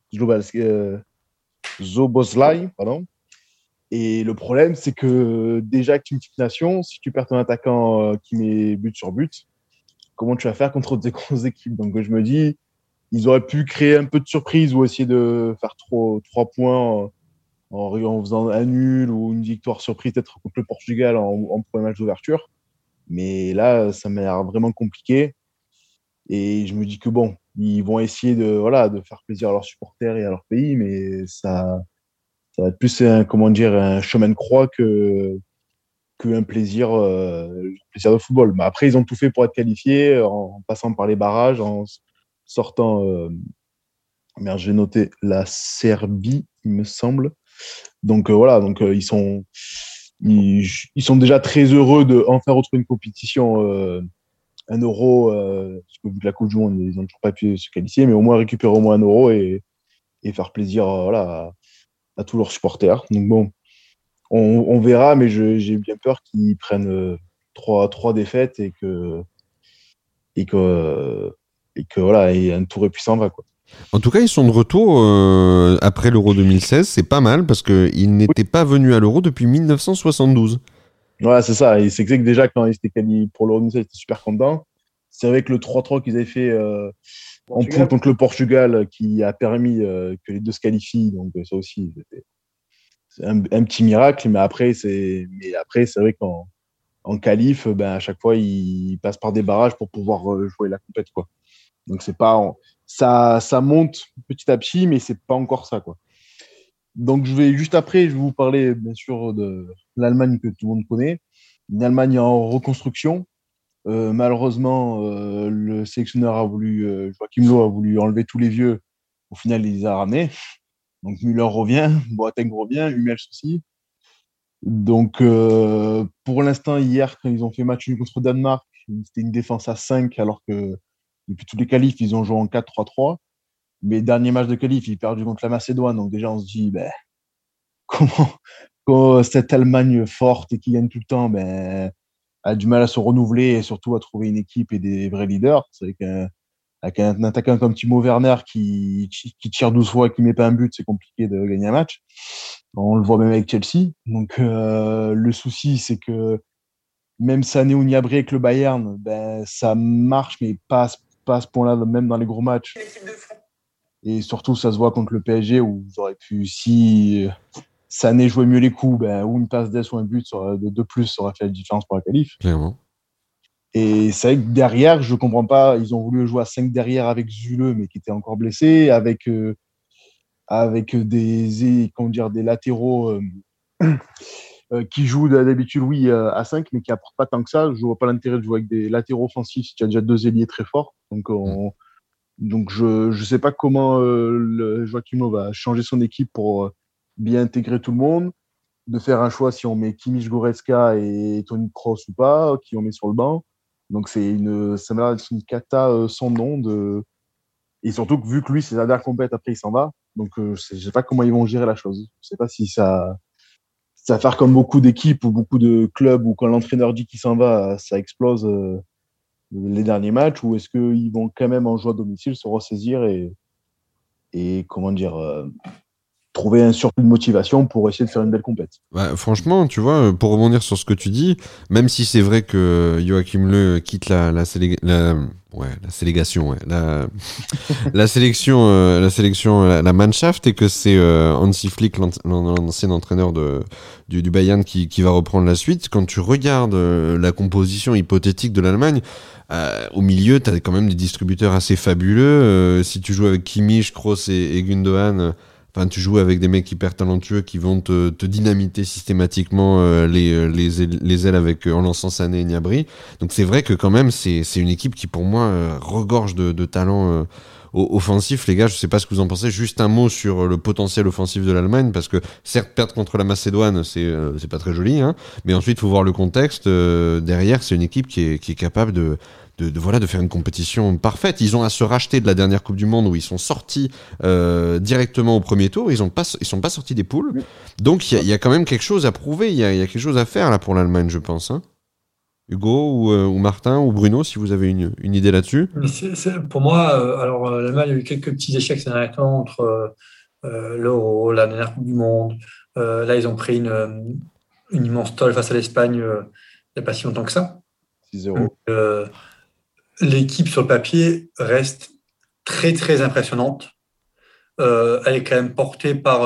Szoboszlai, pardon. Et le problème, c'est que déjà que tu es une petite nation, si tu perds ton attaquant qui met but sur but, comment tu vas faire contre des grosses équipes? Donc, je me dis, ils auraient pu créer un peu de surprise ou essayer de faire 3 points en faisant un nul ou une victoire surprise peut-être contre le Portugal en premier match d'ouverture. Mais là, ça m'a l'air vraiment compliqué. Et je me dis que bon, ils vont essayer de faire plaisir à leurs supporters et à leur pays, mais ça va être plus un chemin de croix qu'un plaisir de football. Mais après, ils ont tout fait pour être qualifiés en passant par les barrages, en sortant. J'ai noté la Serbie, il me semble. Donc voilà, ils sont déjà très heureux de enfin retrouver une compétition, un Euro, parce que vu que la Coupe du Monde, ils n'ont toujours pas pu se qualifier, mais au moins récupérer au moins un Euro et faire plaisir à tous leurs supporters. Donc bon, on verra, mais j'ai bien peur qu'ils prennent 3 défaites et que voilà, et un tour épuisant va, quoi. En tout cas, ils sont de retour après l'Euro 2016. C'est pas mal parce qu'ils n'étaient pas venus à l'Euro depuis 1972. Ouais, c'est ça. Et c'est que déjà, quand ils étaient qualifiés pour l'Euro 2016, ils étaient super contents. C'est vrai que le 3-3 qu'ils avaient fait en poule contre le Portugal, qui a permis que les deux se qualifient. Donc, ça aussi, c'est un petit miracle. Mais après, c'est vrai qu'en en qualif, à chaque fois, ils passent par des barrages pour pouvoir jouer la compète, quoi. Donc, c'est pas, ça monte petit à petit, mais c'est pas encore ça, quoi. Donc, juste après, je vais vous parler, bien sûr, de l'Allemagne que tout le monde connaît. Une Allemagne en reconstruction. Malheureusement, le sélectionneur Joachim Löw a voulu enlever tous les vieux. Au final, il les a ramenés. Donc, Müller revient, Boateng revient, Hummels aussi. Donc, pour l'instant, hier, quand ils ont fait match nul contre Danemark, c'était une défense à 5, alors que depuis tous les qualifs, ils ont joué en 4-3-3. Mais dernier match de qualif, ils perdu contre la Macédoine. Donc, déjà, on se dit, comment, comment cette Allemagne forte et qui gagne tout le temps a du mal à se renouveler et surtout à trouver une équipe et des vrais leaders. C'est avec un attaquant comme Timo Werner qui tire 12 fois et qui met pas un but, c'est compliqué de gagner un match. On le voit même avec Chelsea. Donc le souci, c'est que même Sané ou Gnabry avec le Bayern, ça marche, mais pas à ce point-là, même dans les gros matchs. Et surtout, ça se voit contre le PSG où vous aurez pu, si Sané jouait mieux les coups, ou une passe d'ess ou un but de plus, ça aurait fait la différence pour la qualif. Clairement. Et c'est vrai que derrière, je ne comprends pas, ils ont voulu jouer à 5 derrière avec Zule, mais qui était encore blessé, avec des latéraux qui jouent d'habitude, oui, à 5, mais qui n'apportent pas tant que ça. Je ne vois pas l'intérêt de jouer avec des latéraux offensifs si tu as déjà 2 ailiers très forts. Donc je ne sais pas comment Joachim Löw va changer son équipe pour bien intégrer tout le monde, de faire un choix si on met Kimmich, Goretzka et Toni Kroos ou pas, qui on met sur le banc. Donc ça m'a l'air d'être une cata sans nom. Et surtout que vu que lui, c'est la dernière compète, après il s'en va. Donc je ne sais pas comment ils vont gérer la chose. Je ne sais pas si ça va faire comme beaucoup d'équipes ou beaucoup de clubs où quand l'entraîneur dit qu'il s'en va, ça explose les derniers matchs, ou est-ce qu'ils vont quand même en jeu à domicile se ressaisir et comment dire, trouver un surplus de motivation pour essayer de faire une belle compète. Franchement, tu vois, pour rebondir sur ce que tu dis, même si c'est vrai que Joachim Löw quitte la sélection, la Mannschaft, et que c'est Hansi Flick, l'ancien entraîneur du Bayern, qui va reprendre la suite. Quand tu regardes la composition hypothétique de l'Allemagne, au milieu, tu as quand même des distributeurs assez fabuleux. Si tu joues avec Kimmich, Kroos et Gundogan, tu joues avec des mecs hyper talentueux qui vont te dynamiter systématiquement les ailes en lançant Sané et Gnabry. Donc c'est vrai que quand même, c'est une équipe qui, pour moi, regorge de talent offensif. Les gars, je sais pas ce que vous en pensez. Juste un mot sur le potentiel offensif de l'Allemagne, parce que certes, perdre contre la Macédoine, c'est pas très joli, hein, mais ensuite, il faut voir le contexte. Derrière, c'est une équipe qui est capable de faire une compétition parfaite. Ils ont à se racheter de la dernière Coupe du Monde où ils sont sortis directement au premier tour. Ils sont pas sortis des poules. Donc il y a quand même quelque chose à prouver. Il y a quelque chose à faire là pour l'Allemagne, je pense. Hein. Hugo ou Martin ou Bruno, si vous avez une idée là-dessus. Pour moi, l'Allemagne a eu quelques petits échecs ces derniers temps entre l'Euro, la dernière Coupe du Monde. Là, ils ont pris une immense tolle face à l'Espagne il n'y a pas si longtemps que ça. 6-0. L'équipe sur le papier reste très très impressionnante. Elle est quand même portée par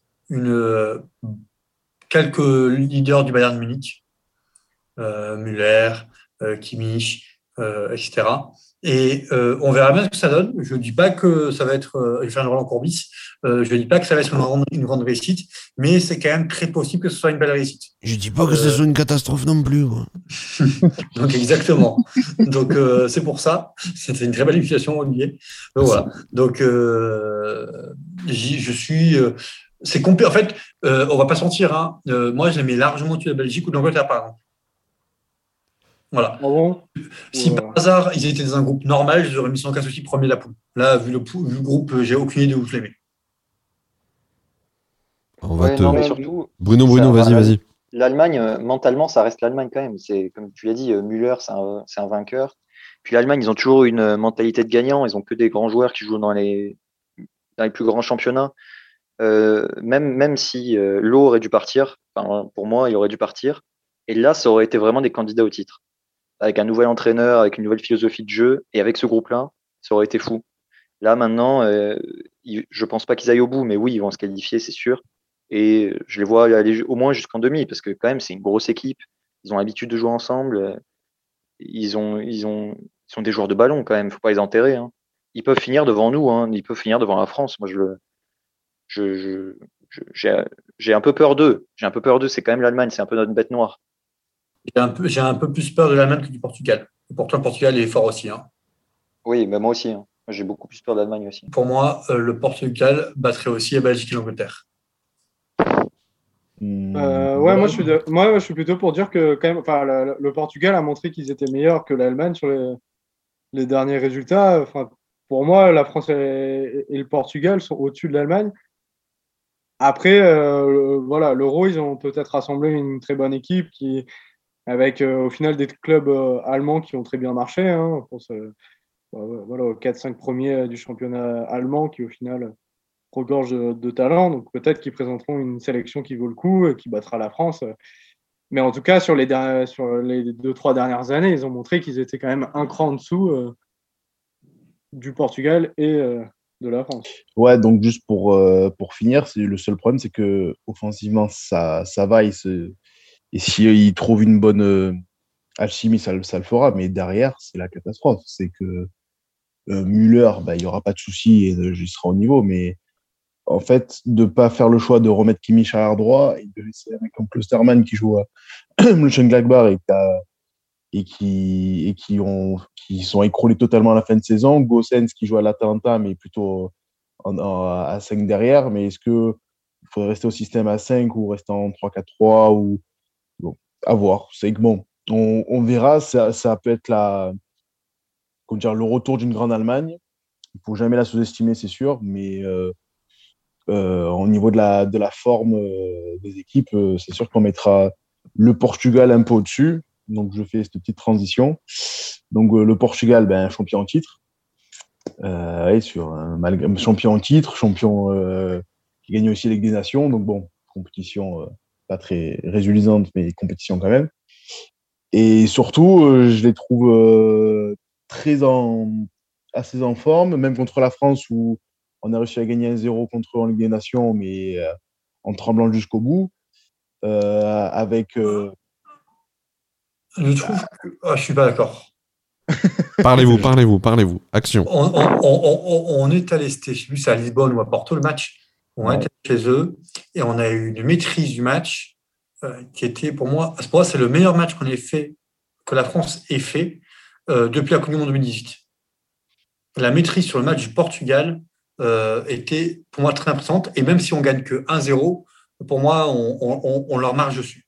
quelques leaders du Bayern Munich, Müller, Kimmich, etc. Et on verra bien ce que ça donne. Je ne dis pas que ça va être, je vais faire une Roland Courbis, je ne dis pas que ça va être une grande réussite, mais c'est quand même très possible que ce soit une belle réussite. Je dis pas que ce soit une catastrophe non plus. Donc exactement. Donc c'est pour ça. C'était une très belle invitation, Olivier. Donc voilà. Donc je suis. C'est complet. En fait, on va pas se mentir. Hein. Moi, je les mets largement au-dessus de la Belgique ou de l'Angleterre, par exemple. Voilà. Ah bon Si par hasard ils étaient dans un groupe normal, je les aurais mis sans aucun souci premier de la poule. Là, vu le groupe, j'ai aucune idée où je les mets. Non, mais surtout. Bruno, vas-y. L'Allemagne, mentalement, ça reste l'Allemagne quand même. C'est comme tu l'as dit, Müller, c'est un vainqueur. Puis l'Allemagne, ils ont toujours une mentalité de gagnant. Ils ont que des grands joueurs qui jouent dans les plus grands championnats. Même si Löw aurait dû partir, pour moi, il aurait dû partir. Et là, ça aurait été vraiment des candidats au titre. Avec un nouvel entraîneur, avec une nouvelle philosophie de jeu, et avec ce groupe-là, ça aurait été fou. Là, maintenant, je pense pas qu'ils aillent au bout, mais oui, ils vont se qualifier, c'est sûr. Et je les vois aller au moins jusqu'en demi, parce que quand même, c'est une grosse équipe. ils ont l'habitude de jouer ensemble. Ils sont des joueurs de ballon quand même. Faut pas les enterrer. Hein. Ils peuvent finir devant nous. Hein. Ils peuvent finir devant la France. Moi, j'ai un peu peur d'eux. C'est quand même l'Allemagne. C'est un peu notre bête noire. J'ai un peu plus peur de l'Allemagne que du Portugal. Et pourtant, le Portugal est fort aussi. Hein. Oui, mais moi aussi. Hein. J'ai beaucoup plus peur de l'Allemagne aussi. Pour moi, le Portugal battrait aussi la Belgique et l'Angleterre. Moi je suis plutôt pour dire que quand même, le Portugal a montré qu'ils étaient meilleurs que l'Allemagne sur les derniers résultats. Pour moi, la France et le Portugal sont au-dessus de l'Allemagne. Après, l'Euro, ils ont peut-être rassemblé une très bonne équipe avec au final des clubs allemands qui ont très bien marché. Hein. Je pense aux 4-5 premiers du championnat allemand qui, au final, regorgent de talent. Donc peut-être qu'ils présenteront une sélection qui vaut le coup et qui battra la France. Mais en tout cas, sur les 2-3 dernières années, ils ont montré qu'ils étaient quand même un cran en dessous du Portugal et de la France. Ouais, donc juste pour finir, le seul problème, c'est que offensivement, ça va. Et s'il trouve une bonne alchimie, ça le fera. Mais derrière, c'est la catastrophe. C'est que Müller, il n'y aura pas de souci et il sera au niveau. Mais en fait, de ne pas faire le choix de remettre Kimmich arrière droit et de laisser un mec comme Klosterman qui joue à Mönchengladbach et qui sont écroulés totalement à la fin de saison. Gosens qui joue à l'Atalanta, mais plutôt à 5 derrière. Mais est-ce qu'il faudrait rester au système à 5 ou rester en 3-4-3 ou... Bon, à voir. C'est que bon, on verra. Ça peut être le retour d'une grande Allemagne. Il ne faut jamais la sous-estimer, c'est sûr. Mais au niveau de la forme des équipes, c'est sûr qu'on mettra le Portugal un peu au-dessus. Donc, je fais cette petite transition. Donc, le Portugal, champion en titre. Champion en titre, champion qui gagne aussi la Ligue des Nations. Donc, bon, compétition pas très réjouissante, mais compétition quand même. Et surtout, je les trouve assez en forme, même contre la France où on a réussi à gagner 1-0 contre eux en Ligue des Nations, mais en tremblant jusqu'au bout. Je trouve que... je suis pas d'accord. Parlez-vous. Action. On est allé, je sais plus, c'est à Lisbonne ou à Porto le match. On est allé chez eux et on a eu une maîtrise du match qui était pour moi, c'est le meilleur match qu'on ait fait, que la France ait fait depuis la Coupe du Monde 2018. La maîtrise sur le match du Portugal était pour moi très impressionnante et même si on gagne que 1-0, pour moi, on leur marche dessus.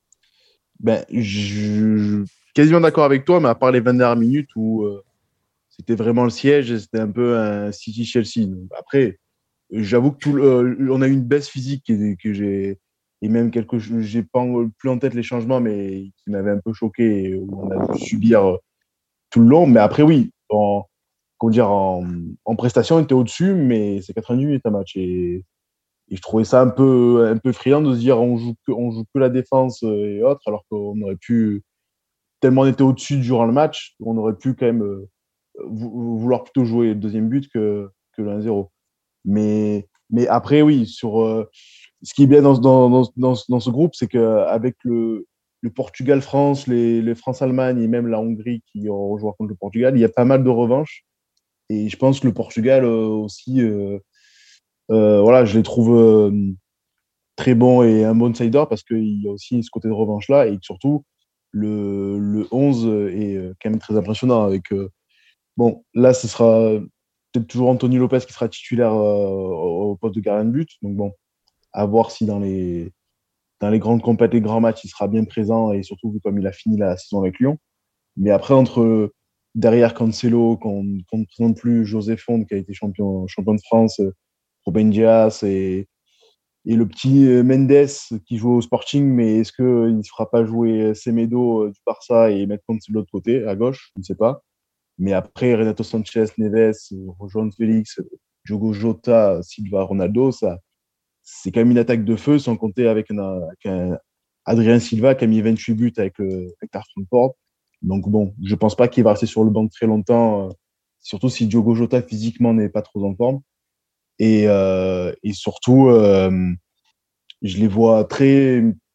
Je suis quasiment d'accord avec toi, mais à part les 20 dernières minutes où c'était vraiment le siège et c'était un peu un City-Chelsea. Après, j'avoue que on a eu une baisse physique que j'ai, et même j'ai pas plus en tête les changements, mais qui m'avaient un peu choqué, où on a dû subir tout le long. Mais après, oui, en prestation, on était au-dessus, mais c'est 90 minutes un match. Et je trouvais ça un peu friand de se dire on joue que la défense et autres, alors qu'on aurait pu, tellement on était au-dessus durant le match, on aurait pu quand même vouloir plutôt jouer le deuxième but que le 1-0. Mais après, oui, ce qui est bien dans ce groupe, c'est qu'avec le Portugal-France, les France-Allemagne et même la Hongrie qui ont rejoint contre le Portugal, il y a pas mal de revanches. Et je pense que le Portugal aussi, je les trouve très bons et un bon insider parce qu'il y a aussi ce côté de revanche-là. Et surtout, le 11 est quand même très impressionnant. Là, ce sera peut-être toujours Anthony Lopez qui sera titulaire au poste de gardien de but. Donc bon, à voir si dans les grandes compétitions, les grands matchs, il sera bien présent et surtout vu comme il a fini la saison avec Lyon. Mais après, derrière Cancelo, qu'on ne présente plus, José Fonte qui a été champion de France, Ruben Dias et le petit Mendes qui joue au Sporting, mais est-ce qu'il ne se fera pas jouer Semedo du Barça et mettre Cancelo de l'autre côté, à gauche? Je ne sais pas. Mais après, Renato Sanchez, Neves, João Félix, Diogo Jota, Silva, Ronaldo, c'est quand même une attaque de feu, sans compter avec un Adrien Silva qui a mis 28 buts avec la Francfort. Donc bon, je ne pense pas qu'il va rester sur le banc très longtemps, surtout si Diogo Jota physiquement n'est pas trop en forme. Et surtout, je les vois très,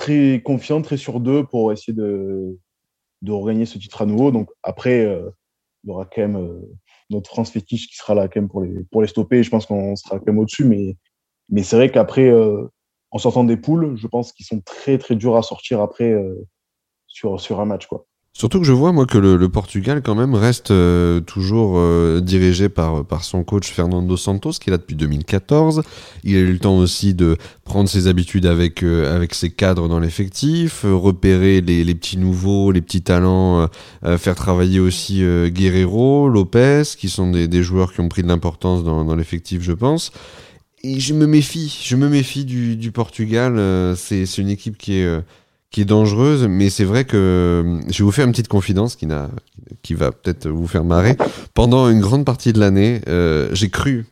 très confiants, très sûrs d'eux pour essayer de regagner ce titre à nouveau. Donc après, il y aura quand même notre France fétiche qui sera là quand même pour les stopper. Et je pense qu'on sera quand même au-dessus. Mais c'est vrai qu'après, en sortant des poules, je pense qu'ils sont très, très durs à sortir après sur un match, quoi. Surtout que je vois, moi, que le Portugal, quand même, reste toujours dirigé par son coach Fernando Santos, qui est là depuis 2014. Il a eu le temps aussi de prendre ses habitudes avec ses cadres dans l'effectif, repérer les petits nouveaux, les petits talents, faire travailler aussi Guerreiro, Lopez, qui sont des joueurs qui ont pris de l'importance dans l'effectif, je pense. Et je me méfie du Portugal. C'est une équipe qui est dangereuse, mais c'est vrai que je vais vous faire une petite confidence qui va peut-être vous faire marrer. Pendant une grande partie de l'année, j'ai cru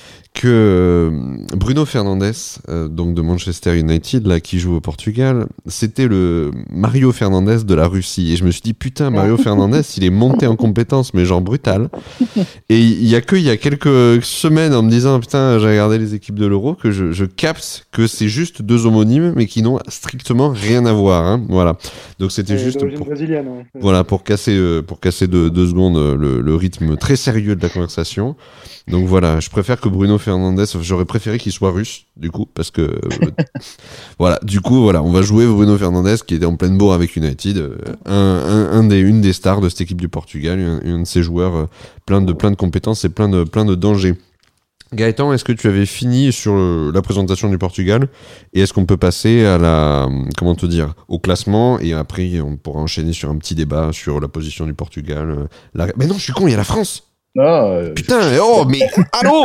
que Bruno Fernandes, donc de Manchester United, là, qui joue au Portugal, c'était le Mario Fernandes de la Russie. Et je me suis dit, putain, Mario Fernandes, il est monté en compétence, mais genre brutal. Et il y a quelques semaines, en me disant, putain, j'ai regardé les équipes de l'Euro, que je capte que c'est juste deux homonymes, mais qui n'ont strictement rien à voir. Hein. Voilà. Donc c'était juste pour, brésilienne, ouais. voilà, pour casser deux secondes le rythme très sérieux de la conversation. Donc voilà, je préfère que Bruno Fernandes, j'aurais préféré qu'il soit russe, du coup, parce que voilà, on va jouer Bruno Fernandes qui était en pleine bourre avec United, une des stars de cette équipe du Portugal, un de ces joueurs plein de compétences et plein de dangers. Gaëtan, est-ce que tu avais fini sur la présentation du Portugal et est-ce qu'on peut passer au classement et après on pourra enchaîner sur un petit débat sur la position du Portugal. Mais non, je suis con, il y a la France. Putain, mais allô.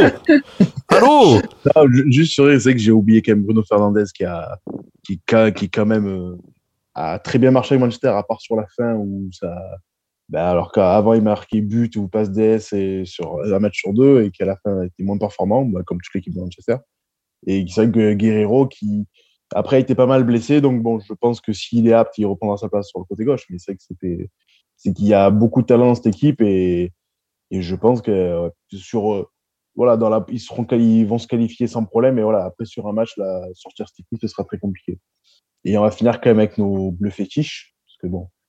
Non, juste sur c'est que j'ai oublié quand même Bruno Fernandes qui quand même a très bien marché avec Manchester, à part sur la fin où ça. Alors qu'avant il marquait but ou passe DS et sur un match sur deux et qu'à la fin il était moins performant, comme toute l'équipe de Manchester. Et c'est vrai que Guerreiro qui après a été pas mal blessé, donc bon, je pense que s'il est apte, il reprendra sa place sur le côté gauche. Mais c'est vrai que c'est qu'il y a beaucoup de talent dans cette équipe et je pense que ils vont se qualifier sans problème. Et voilà, après sur un match, sortir cette équipe, ce sera très compliqué. Et on va finir quand même avec nos bleus fétiches, parce que bon,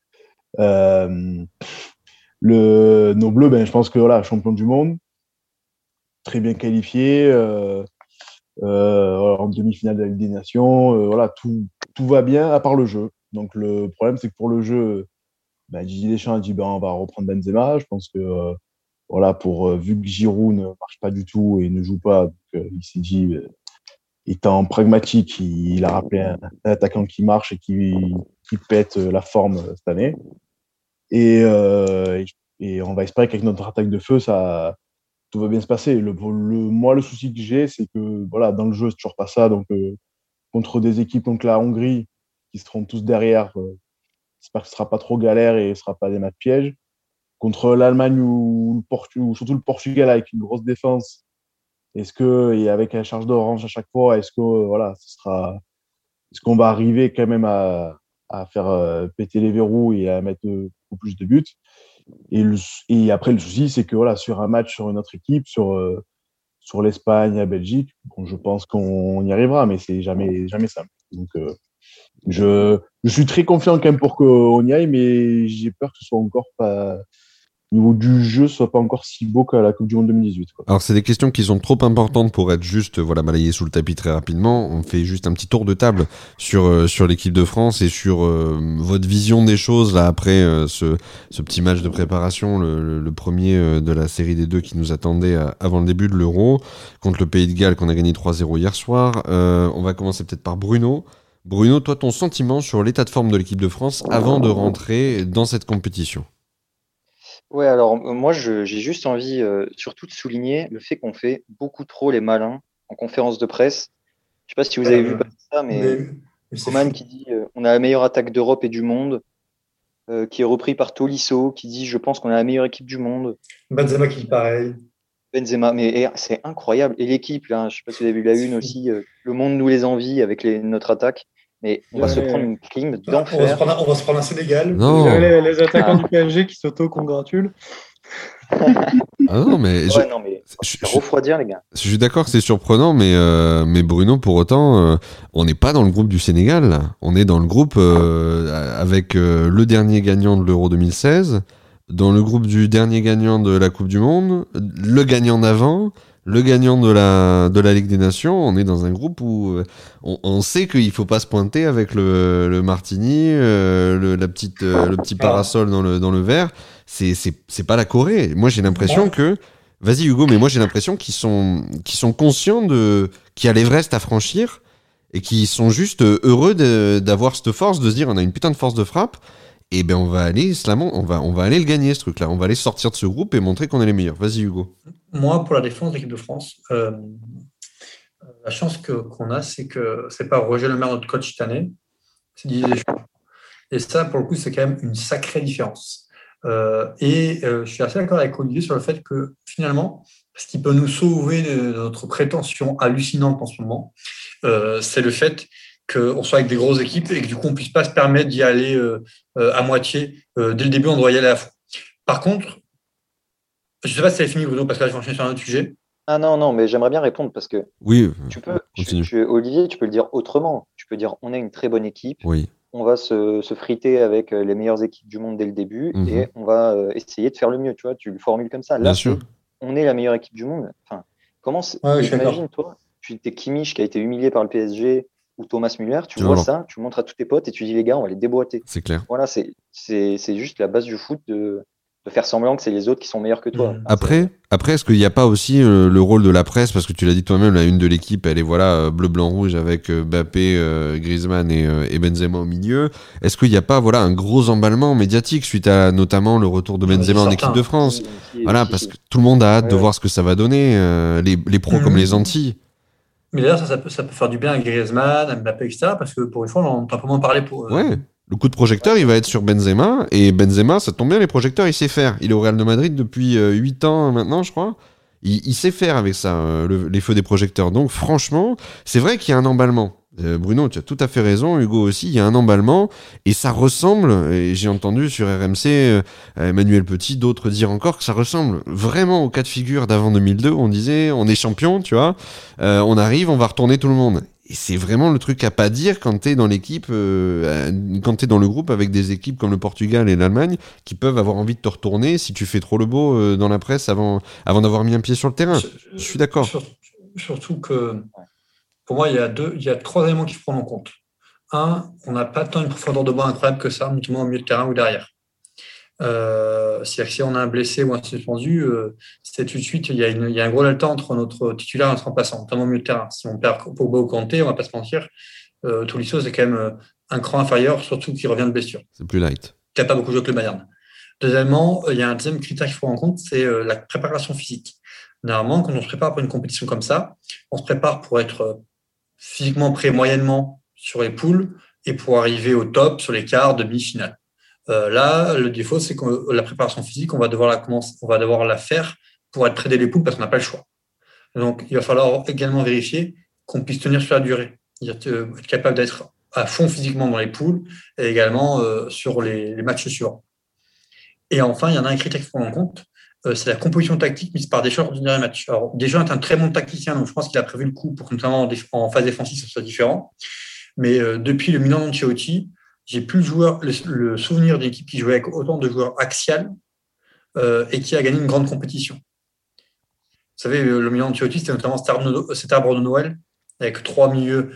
nos bleus, je pense que voilà, champion du monde, très bien qualifié, en demi-finale de la Ligue des Nations, voilà, tout va bien à part le jeu. Donc le problème, c'est que pour le jeu, Didier Deschamps a dit on va reprendre Benzema. Je pense que vu que Giroud ne marche pas du tout et ne joue pas, donc, il s'est dit, étant pragmatique, il a rappelé un attaquant qui marche et qui pète la forme cette année. Et on va espérer qu'avec notre attaque de feu, tout va bien se passer. Moi, le souci que j'ai, c'est que dans le jeu, c'est toujours pas ça. Donc, contre des équipes comme la Hongrie, qui seront tous derrière, j'espère que ce sera pas trop galère et ce sera pas des matchs pièges. Contre l'Allemagne ou surtout le Portugal avec une grosse défense, et avec la charge d'orange à chaque fois, est-ce qu'on va arriver quand même à faire péter les verrous et à mettre beaucoup plus de buts? Et après, le souci, c'est que sur un match, sur une autre équipe, sur l'Espagne, la Belgique, je pense qu'on y arrivera, mais c'est jamais simple. Donc, je suis très confiant quand même pour qu'on y aille, mais j'ai peur que ce soit encore pas. Au niveau du jeu, ce soit pas encore si beau qu'à la Coupe du Monde 2018. Quoi. Alors, c'est des questions qui sont trop importantes pour être juste balayées sous le tapis très rapidement. On fait juste un petit tour de table sur l'équipe de France et sur votre vision des choses là après ce petit match de préparation, le premier de la série des deux qui nous attendait avant le début de l'Euro contre le Pays de Galles qu'on a gagné 3-0 hier soir. On va commencer peut-être par Bruno. Bruno, toi, ton sentiment sur l'état de forme de l'équipe de France avant de rentrer dans cette compétition? Ouais, alors moi j'ai juste envie surtout de souligner le fait qu'on fait beaucoup trop les malins en conférence de presse. Je sais pas si vous avez vu ça, mais Coman qui dit on a la meilleure attaque d'Europe et du monde, qui est repris par Tolisso qui dit je pense qu'on a la meilleure équipe du monde. Benzema qui dit pareil. Benzema, mais c'est incroyable. Et l'équipe, là, je sais pas si vous avez vu la une aussi, le monde nous les envie avec notre attaque. Mais on va se prendre une clim d'enfer. On va se prendre un Sénégal. Non. Les attaquants du PSG qui s'auto-congratulent. Ah non, mais non, mais refroidir, les gars. je suis d'accord que c'est surprenant, mais Bruno, pour autant, on n'est pas dans le groupe du Sénégal, là. On est dans le groupe avec le dernier gagnant de l'Euro 2016, dans le groupe du dernier gagnant de la Coupe du Monde, le gagnant d'avant, le gagnant de la Ligue des Nations. On est dans un groupe où on sait qu'il faut pas se pointer avec le martini, le petit parasol dans le verre. C'est pas la Corée. Moi, j'ai l'impression que... Vas-y, Hugo, mais moi, j'ai l'impression qu'ils sont conscients qu'il y a l'Everest à franchir et qu'ils sont juste heureux d'avoir cette force, de se dire, on a une putain de force de frappe, et ben, on va aller le gagner, ce truc-là. On va aller sortir de ce groupe et montrer qu'on est les meilleurs. Vas-y, Hugo. Moi, pour la défense de l'équipe de France, la chance qu'on a, c'est que c'est pas Roger Lemaire, notre coach cette année, c'est Didier Deschamps. Et ça, pour le coup, c'est quand même une sacrée différence. Je suis assez d'accord avec Olivier sur le fait que finalement, ce qui peut nous sauver de notre prétention hallucinante en ce moment, c'est le fait qu'on soit avec des grosses équipes et que du coup, on ne puisse pas se permettre d'y aller à moitié. Dès le début, on doit y aller à fond. Par contre, je ne sais pas si ça est fini, Bruno, parce que là, je vais enchaîner sur un autre sujet. Ah non, mais j'aimerais bien répondre parce que oui, Olivier, tu peux le dire autrement. Tu peux dire on est une très bonne équipe. Oui. On va se friter avec les meilleures équipes du monde dès le début et on va essayer de faire le mieux. Tu vois, tu le formules comme ça. Là, bien sûr. On est la meilleure équipe du monde. Enfin, imagine, toi, tu es Kimmich qui a été humilié par le PSG ou Thomas Müller. Tu vois ça, tu montres à tous tes potes et tu dis les gars, on va les déboîter. C'est clair. Voilà, c'est juste la base du foot de faire semblant que c'est les autres qui sont meilleurs que toi. Après, est-ce qu'il n'y a pas aussi le rôle de la presse, parce que tu l'as dit toi-même, la une de l'équipe, elle est bleu, blanc, rouge avec Mbappé, Griezmann et Benzema au milieu. Est-ce qu'il n'y a pas un gros emballement médiatique suite à notamment le retour de Benzema en équipe de France? Parce que tout le monde a hâte de voir ce que ça va donner, les pros comme les Antilles. Mais d'ailleurs, ça peut faire du bien à Griezmann, à Mbappé, etc. Parce que pour une fois, on a un peu moins parlé pour... Ouais. Le coup de projecteur, il va être sur Benzema. Et Benzema, ça tombe bien, les projecteurs, il sait faire. Il est au Real de Madrid depuis 8 ans maintenant, je crois. Il sait faire avec ça, les feux des projecteurs. Donc, franchement, c'est vrai qu'il y a un emballement. Bruno, tu as tout à fait raison. Hugo aussi, il y a un emballement. Et ça ressemble, et j'ai entendu sur RMC Emmanuel Petit, d'autres dire encore que ça ressemble vraiment au cas de figure d'avant 2002. On disait, on est champion, tu vois. On arrive, on va retourner tout le monde. Et c'est vraiment le truc à pas dire quand t'es dans l'équipe, quand t'es dans le groupe avec des équipes comme le Portugal et l'Allemagne qui peuvent avoir envie de te retourner si tu fais trop le beau dans la presse avant d'avoir mis un pied sur le terrain. Je suis d'accord. Surtout que pour moi, il y a 3 éléments qu'il faut prendre en compte. Un, on n'a pas tant une profondeur de banc incroyable que ça, notamment au milieu de terrain ou derrière. C'est-à-dire que si on a un blessé ou un suspendu, c'est tout de suite, il y a un gros delta entre notre titulaire et notre remplaçant, notamment au milieu de terrain. Si on perd Pogba ou Kanté, on ne va pas se mentir, Tolisso, c'est quand même un cran inférieur, surtout qu'il revient de blessure. C'est plus light. Il n'a pas beaucoup joué avec le Bayern. Deuxièmement, il y a un deuxième critère qu'il faut prendre en compte, c'est la préparation physique. Normalement, quand on se prépare pour une compétition comme ça, on se prépare pour être physiquement prêt moyennement sur les poules et pour arriver au top sur les quarts, demi-finale. Là, le défaut, c'est que la préparation physique, on va devoir la faire pour être près des poules parce qu'on n'a pas le choix. Donc, il va falloir également vérifier qu'on puisse tenir sur la durée, être capable d'être à fond physiquement dans les poules et également sur les matchs suivants. Et enfin, il y en a un critère qu'il faut prendre en compte, c'est la composition tactique mise par Deschamps dans les matchs. Alors, Deschamps est un très bon tacticien, donc je pense qu'il a prévu le coup pour que notamment en phase défensive, ça soit différent. Mais depuis le Milan d'Ancelotti, j'ai plus le souvenir d'une équipe qui jouait avec autant de joueurs axial et qui a gagné une grande compétition. Vous savez, le Milan d'Ancelotti, c'était notamment cet arbre de Noël avec 3 milieux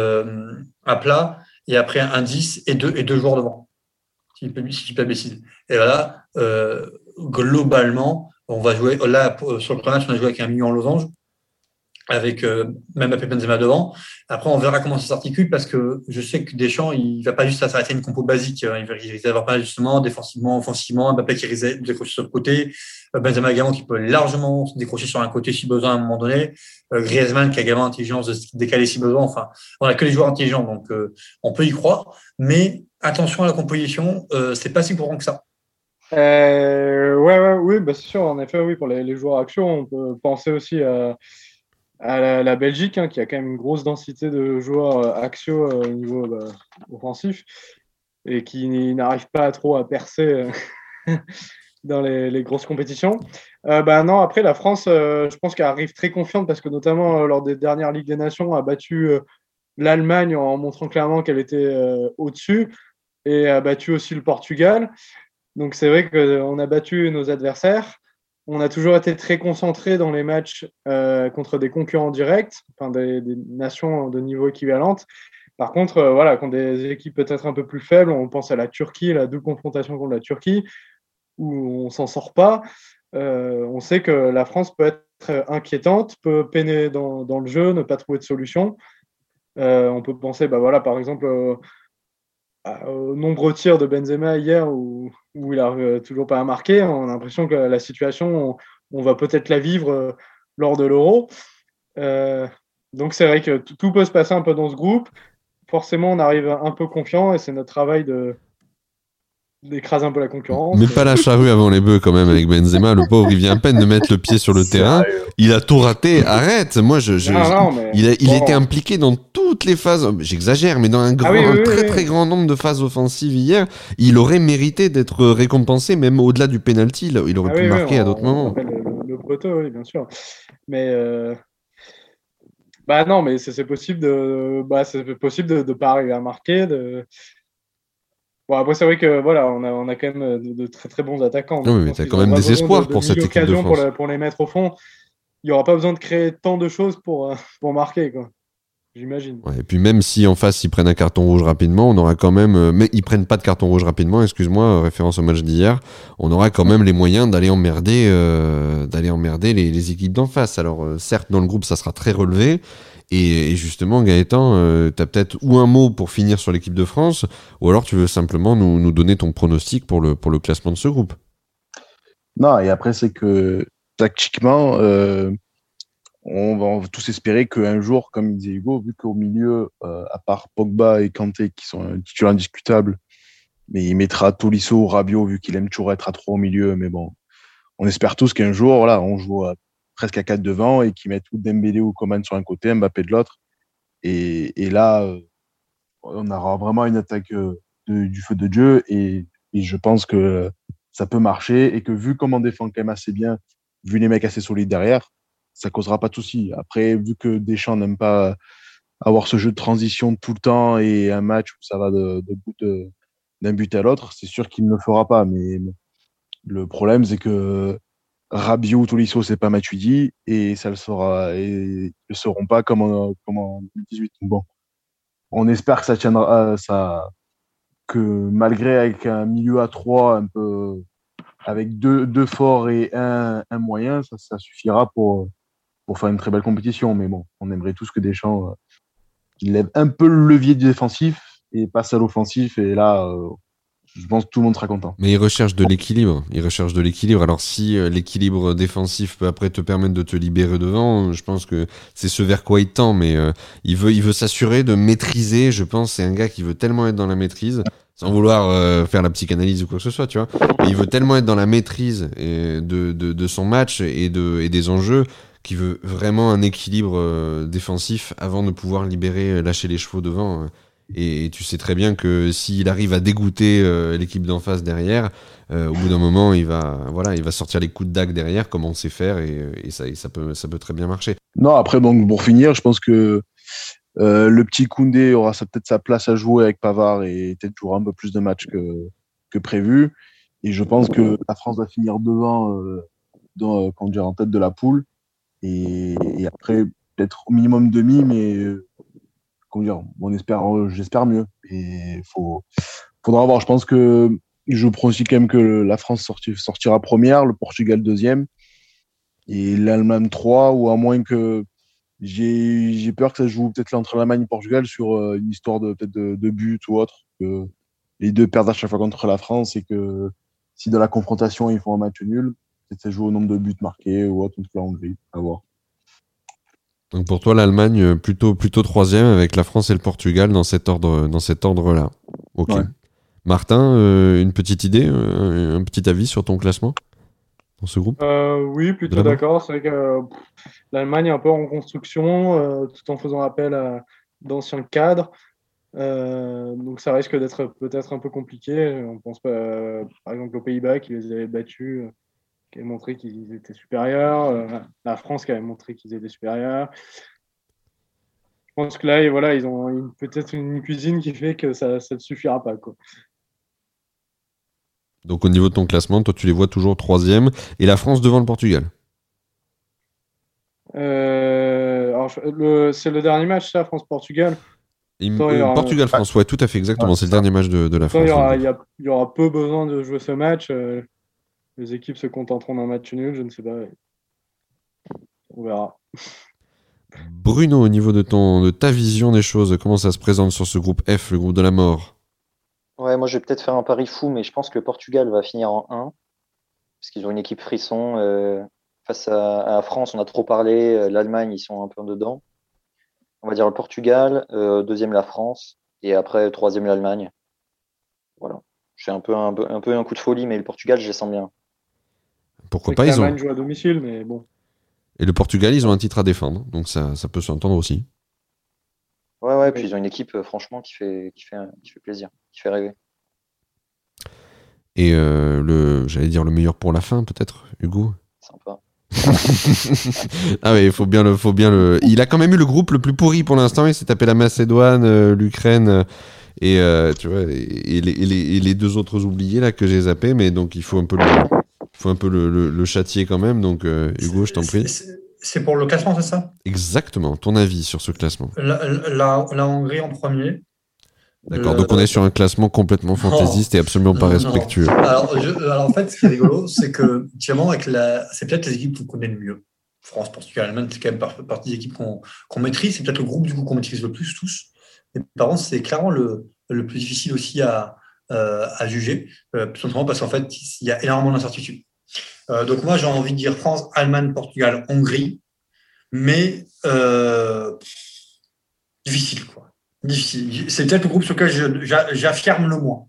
à plat et après un 10 et deux joueurs devant, si je ne dis pas de bêtises. Et là, globalement, on va jouer. Là, sur le premier match, on a joué avec un milieu en losange, avec même Mbappé Benzema devant. Après, on verra comment ça s'articule parce que je sais que Deschamps, il ne va pas juste s'arrêter à une compo basique. Il risque d'avoir pas justement défensivement, offensivement. Mbappé qui risque de décrocher sur le côté. Benzema également qui peut largement se décrocher sur un côté si besoin à un moment donné. Griezmann qui a également l'intelligence de se décaler si besoin. Enfin, on n'a que les joueurs intelligents, donc on peut y croire. Mais attention à la composition, c'est pas si courant que ça. Oui, c'est sûr. En effet, oui, pour les joueurs action, on peut penser aussi à la Belgique, qui a quand même une grosse densité de joueurs axiaux au niveau offensif et qui n'arrivent pas trop à percer dans les grosses compétitions. Non, après, la France, je pense qu'elle arrive très confiante parce que notamment lors des dernières Ligues des Nations, a battu l'Allemagne en montrant clairement qu'elle était au-dessus et a battu aussi le Portugal. Donc c'est vrai qu'on a battu nos adversaires. On a toujours été très concentrés dans les matchs contre des concurrents directs, enfin des nations de niveau équivalente. Par contre, voilà, quand des équipes peut-être un peu plus faibles, on pense à la Turquie, la double confrontation contre la Turquie, où on ne s'en sort pas. On sait que la France peut être inquiétante, peut peiner dans le jeu, ne pas trouver de solution. On peut penser, par exemple, aux nombreux tirs de Benzema hier où il n'arrive toujours pas à marquer. On a l'impression que la situation, on va peut-être la vivre lors de l'Euro. Donc c'est vrai que tout peut se passer un peu dans ce groupe. Forcément, on arrive un peu confiant et c'est notre travail d'écraser un peu la concurrence. Mais pas la charrue avant les bœufs quand même avec Benzema, le pauvre, il vient à peine de mettre le pied sur le terrain, il a tout raté, arrête, moi il a été impliqué dans toutes les phases, j'exagère, mais dans un très grand nombre de phases offensives hier, il aurait mérité d'être récompensé même au-delà du penalty, il aurait pu marquer à d'autres moments. Le proto, oui, bien sûr. Mais non, mais c'est possible de pas arriver à marquer, Bon, après, c'est vrai que voilà, on a quand même de très très bons attaquants. Oui, mais tu as quand même des espoirs pour cette équipe de France. Pour les mettre au fond, il n'y aura pas besoin de créer tant de choses pour marquer, quoi. J'imagine. Ouais, et puis même si en face ils prennent un carton rouge rapidement, on aura quand même. Mais ils prennent pas de carton rouge rapidement, excuse-moi, référence au match d'hier. On aura quand même les moyens d'aller emmerder les équipes d'en face. Alors certes, dans le groupe, ça sera très relevé. Et justement, Gaëtan, tu as peut-être ou un mot pour finir sur l'équipe de France, ou alors tu veux simplement nous donner ton pronostic pour le classement de ce groupe. Non, et après, c'est que tactiquement, on va tous espérer qu'un jour, comme disait Hugo, vu qu'au milieu, à part Pogba et Kanté, qui sont titulaires indiscutables, mais il mettra Tolisso ou Rabiot, vu qu'il aime toujours être à 3 au milieu. Mais bon, on espère tous qu'un jour, voilà, on joue presque à 4 devant et qu'ils mettent ou Dembélé ou Coman sur un côté, Mbappé de l'autre. Et là, on aura vraiment une attaque du feu de Dieu. Et je pense que ça peut marcher et que vu comment on défend quand même assez bien, vu les mecs assez solides derrière, ça causera pas de soucis. Après, vu que Deschamps n'aime pas avoir ce jeu de transition tout le temps et un match où ça va d'un but à l'autre, c'est sûr qu'il ne le fera pas. Mais le problème, c'est que Rabiot ou Tolisso, c'est pas Matuidi et ça le sera et ils le seront pas comme en 2018. Bon, on espère que ça tiendra, que malgré avec un milieu à 3 un peu avec deux forts et un moyen, ça suffira pour faire une très belle compétition. Mais bon, on aimerait tous que Deschamps il lève un peu le levier du défensif et passe à l'offensif. Et là, je pense que tout le monde sera content. Mais il recherche de l'équilibre. Alors si l'équilibre défensif peut après te permettre de te libérer devant, je pense que c'est ce vers quoi il tend. Mais il veut s'assurer de maîtriser. Je pense c'est un gars qui veut tellement être dans la maîtrise, sans vouloir faire la psychanalyse ou quoi que ce soit, tu vois. Mais il veut tellement être dans la maîtrise de son match et des enjeux qu'il veut vraiment un équilibre défensif avant de pouvoir lâcher les chevaux devant. Et tu sais très bien que s'il arrive à dégoûter l'équipe d'en face derrière, au bout d'un moment, il va sortir les coups de dague derrière, comme on sait faire, et ça peut très bien marcher. Non, après, donc, pour finir, je pense que le petit Koundé aura peut-être sa place à jouer avec Pavard et peut-être jouera un peu plus de matchs que prévu. Et je pense que la France va finir devant, en tête de la poule. Et après, peut-être au minimum demi, mais j'espère mieux. Et faudra voir. Je pense que je pronostique quand même que la France sortira première, le Portugal deuxième et l'Allemagne 3, ou à moins que j'ai peur que ça se joue peut-être entre l'Allemagne et le Portugal sur une histoire peut-être de but ou autre, que les deux perdent à chaque fois contre la France et que si dans la confrontation ils font un match nul, peut-être ça joue au nombre de buts marqués ou autre contre la Hongrie. À voir. Donc pour toi, l'Allemagne plutôt troisième avec la France et le Portugal dans cet ordre-là. Ok. Ouais. Martin, une petite idée, un petit avis sur ton classement dans ce groupe ? Oui, plutôt d'accord. C'est vrai que l'Allemagne est un peu en construction, tout en faisant appel à d'anciens cadres. Donc ça risque d'être peut-être un peu compliqué. On pense pas, par exemple, aux Pays-Bas qui les avaient battus, qui avaient montré qu'ils étaient supérieurs. La France qui avait montré qu'ils étaient supérieurs. Je pense que là, voilà, ils ont peut-être une cuisine qui fait que ça ne suffira pas, quoi. Donc au niveau de ton classement, toi tu les vois toujours 3e et la France devant le Portugal. Alors, c'est le dernier match, ça, France-Portugal. Portugal-France, ouais, tout à fait, exactement. C'est le dernier match de la France. Il y aura peu besoin de jouer ce match. Les équipes se contenteront d'un match nul, je ne sais pas. On verra. Bruno, au niveau de ta vision des choses, comment ça se présente sur ce groupe F, le groupe de la mort? Ouais, moi je vais peut-être faire un pari fou, mais je pense que le Portugal va finir en 1, parce qu'ils ont une équipe frisson. Face à la France, on a trop parlé. L'Allemagne, ils sont un peu dedans. On va dire le Portugal, deuxième la France, et après troisième l'Allemagne. Voilà. C'est un peu un coup de folie, mais le Portugal, je les sens bien. Pourquoi pas, l'Allemagne joue à domicile, mais bon. Et le Portugal, ils ont un titre à défendre, donc ça peut s'entendre aussi. Ouais, puis ils ont une équipe, franchement, qui fait plaisir, qui fait rêver. Et j'allais dire le meilleur pour la fin, peut-être, Hugo? Sympa. Ah mais il faut bien le. Il a quand même eu le groupe le plus pourri pour l'instant. Il s'est tapé la Macédoine, l'Ukraine et tu vois et les deux autres oubliés là que j'ai zappé. Mais donc il faut un peu le châtier quand même. Donc Hugo, je t'en prie. C'est pour le classement, c'est ça? Exactement. Ton avis sur ce classement? La Hongrie en premier. D'accord, donc on est sur un classement complètement fantaisiste et absolument pas respectueux. Non. Alors en fait, ce qui est rigolo, c'est que finalement, c'est peut-être les équipes qu'on connaît le mieux. France, Portugal, Allemagne, c'est quand même partie des équipes qu'on maîtrise. C'est peut-être le groupe du coup qu'on maîtrise le plus tous. Mais par contre, c'est clairement le plus difficile aussi à juger, tout simplement parce qu'en fait, il y a énormément d'incertitudes. Donc moi, j'ai envie de dire France, Allemagne, Portugal, Hongrie, mais difficile, quoi. Difficile. C'est peut-être le groupe sur lequel j'affirme le moins.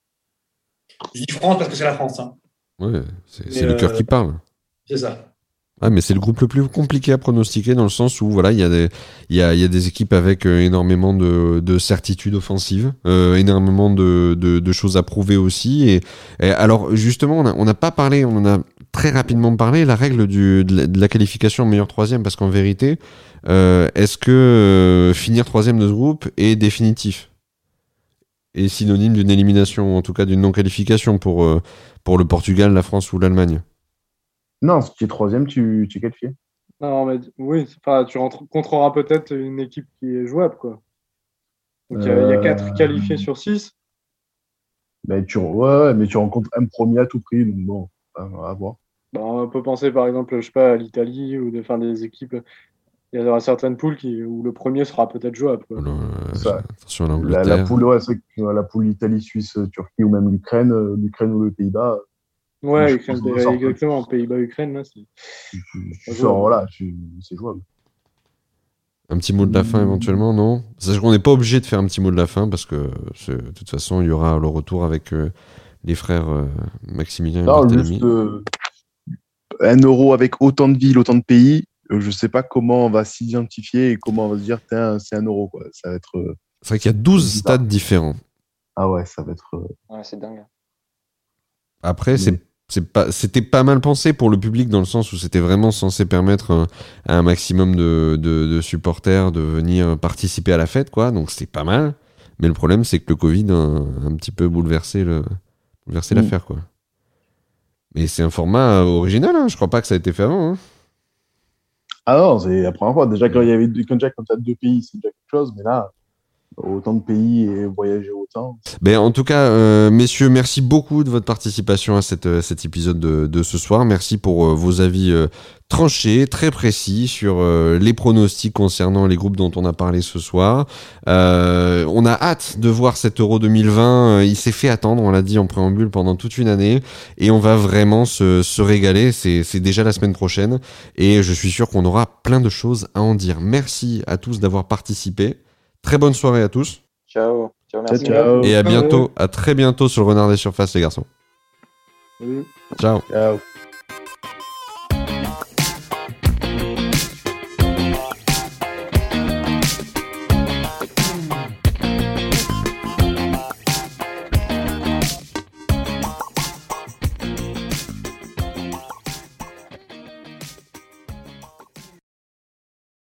Je dis France parce que c'est la France. Hein. Ouais, c'est le cœur qui parle. C'est ça. Ah, mais c'est le groupe le plus compliqué à pronostiquer dans le sens où voilà, il y a des équipes avec énormément de certitudes offensives, énormément de choses à prouver aussi. Et alors justement, on n'a pas parlé, on en a très rapidement parlé, la règle de la qualification meilleur troisième, parce qu'en vérité, est-ce que finir troisième de ce groupe est définitif? Est synonyme d'une élimination, ou en tout cas d'une non-qualification pour le Portugal, la France ou l'Allemagne? Non, si tu es troisième, tu es qualifié. Non, mais oui, tu rencontreras peut-être une équipe qui est jouable, quoi. Donc il y a 4 qualifiés sur 6. Mais tu rencontres un premier à tout prix, donc bon, à voir. On peut penser par exemple, je sais pas, à l'Italie ou des équipes. Il y aura certaines poules où le premier sera peut-être jouable. Quoi. Attention à l'Angleterre. La poule Italie, Suisse, Turquie ou même l'Ukraine ou les Pays-Bas. Ouais, exactement. Pays-Bas, Ukraine, là, c'est jouable. Un petit mot de la fin éventuellement, non? Sachant qu'on n'est pas obligé de faire un petit mot de la fin parce que de toute façon, il y aura le retour avec les frères Maximilien et Barthélemy. Un euro avec autant de villes, autant de pays, je sais pas comment on va s'identifier et comment on va se dire c'est un euro, quoi. Ça va être. C'est vrai qu'il y a 12 stades différents. Ah ouais, ça va être. Ouais, c'est dingue. Après, c'était pas mal pensé pour le public dans le sens où c'était vraiment censé permettre à un maximum de supporters de venir participer à la fête, quoi. Donc c'était pas mal. Mais le problème, c'est que le Covid a un petit peu bouleversé l'affaire, quoi. Mais c'est un format original, hein. Je crois pas que ça a été fait avant. Hein. Ah non, c'est la première fois. Déjà, quand tu as 2 pays, c'est déjà quelque chose. Mais là, autant de pays et voyager autant. Ben, en tout cas, messieurs, merci beaucoup de votre participation à cet épisode de ce soir. Merci pour vos avis tranchés, très précis sur les pronostics concernant les groupes dont on a parlé ce soir. On a hâte de voir cet Euro 2020. Il s'est fait attendre, on l'a dit en préambule, pendant toute une année. Et on va vraiment se régaler. C'est déjà la semaine prochaine. Et je suis sûr qu'on aura plein de choses à en dire. Merci à tous d'avoir participé. Très bonne soirée à tous. Ciao. Merci. Ciao. Et à bientôt, à très bientôt sur le Renard des Surfaces, les garçons. Salut. Ciao. Ciao.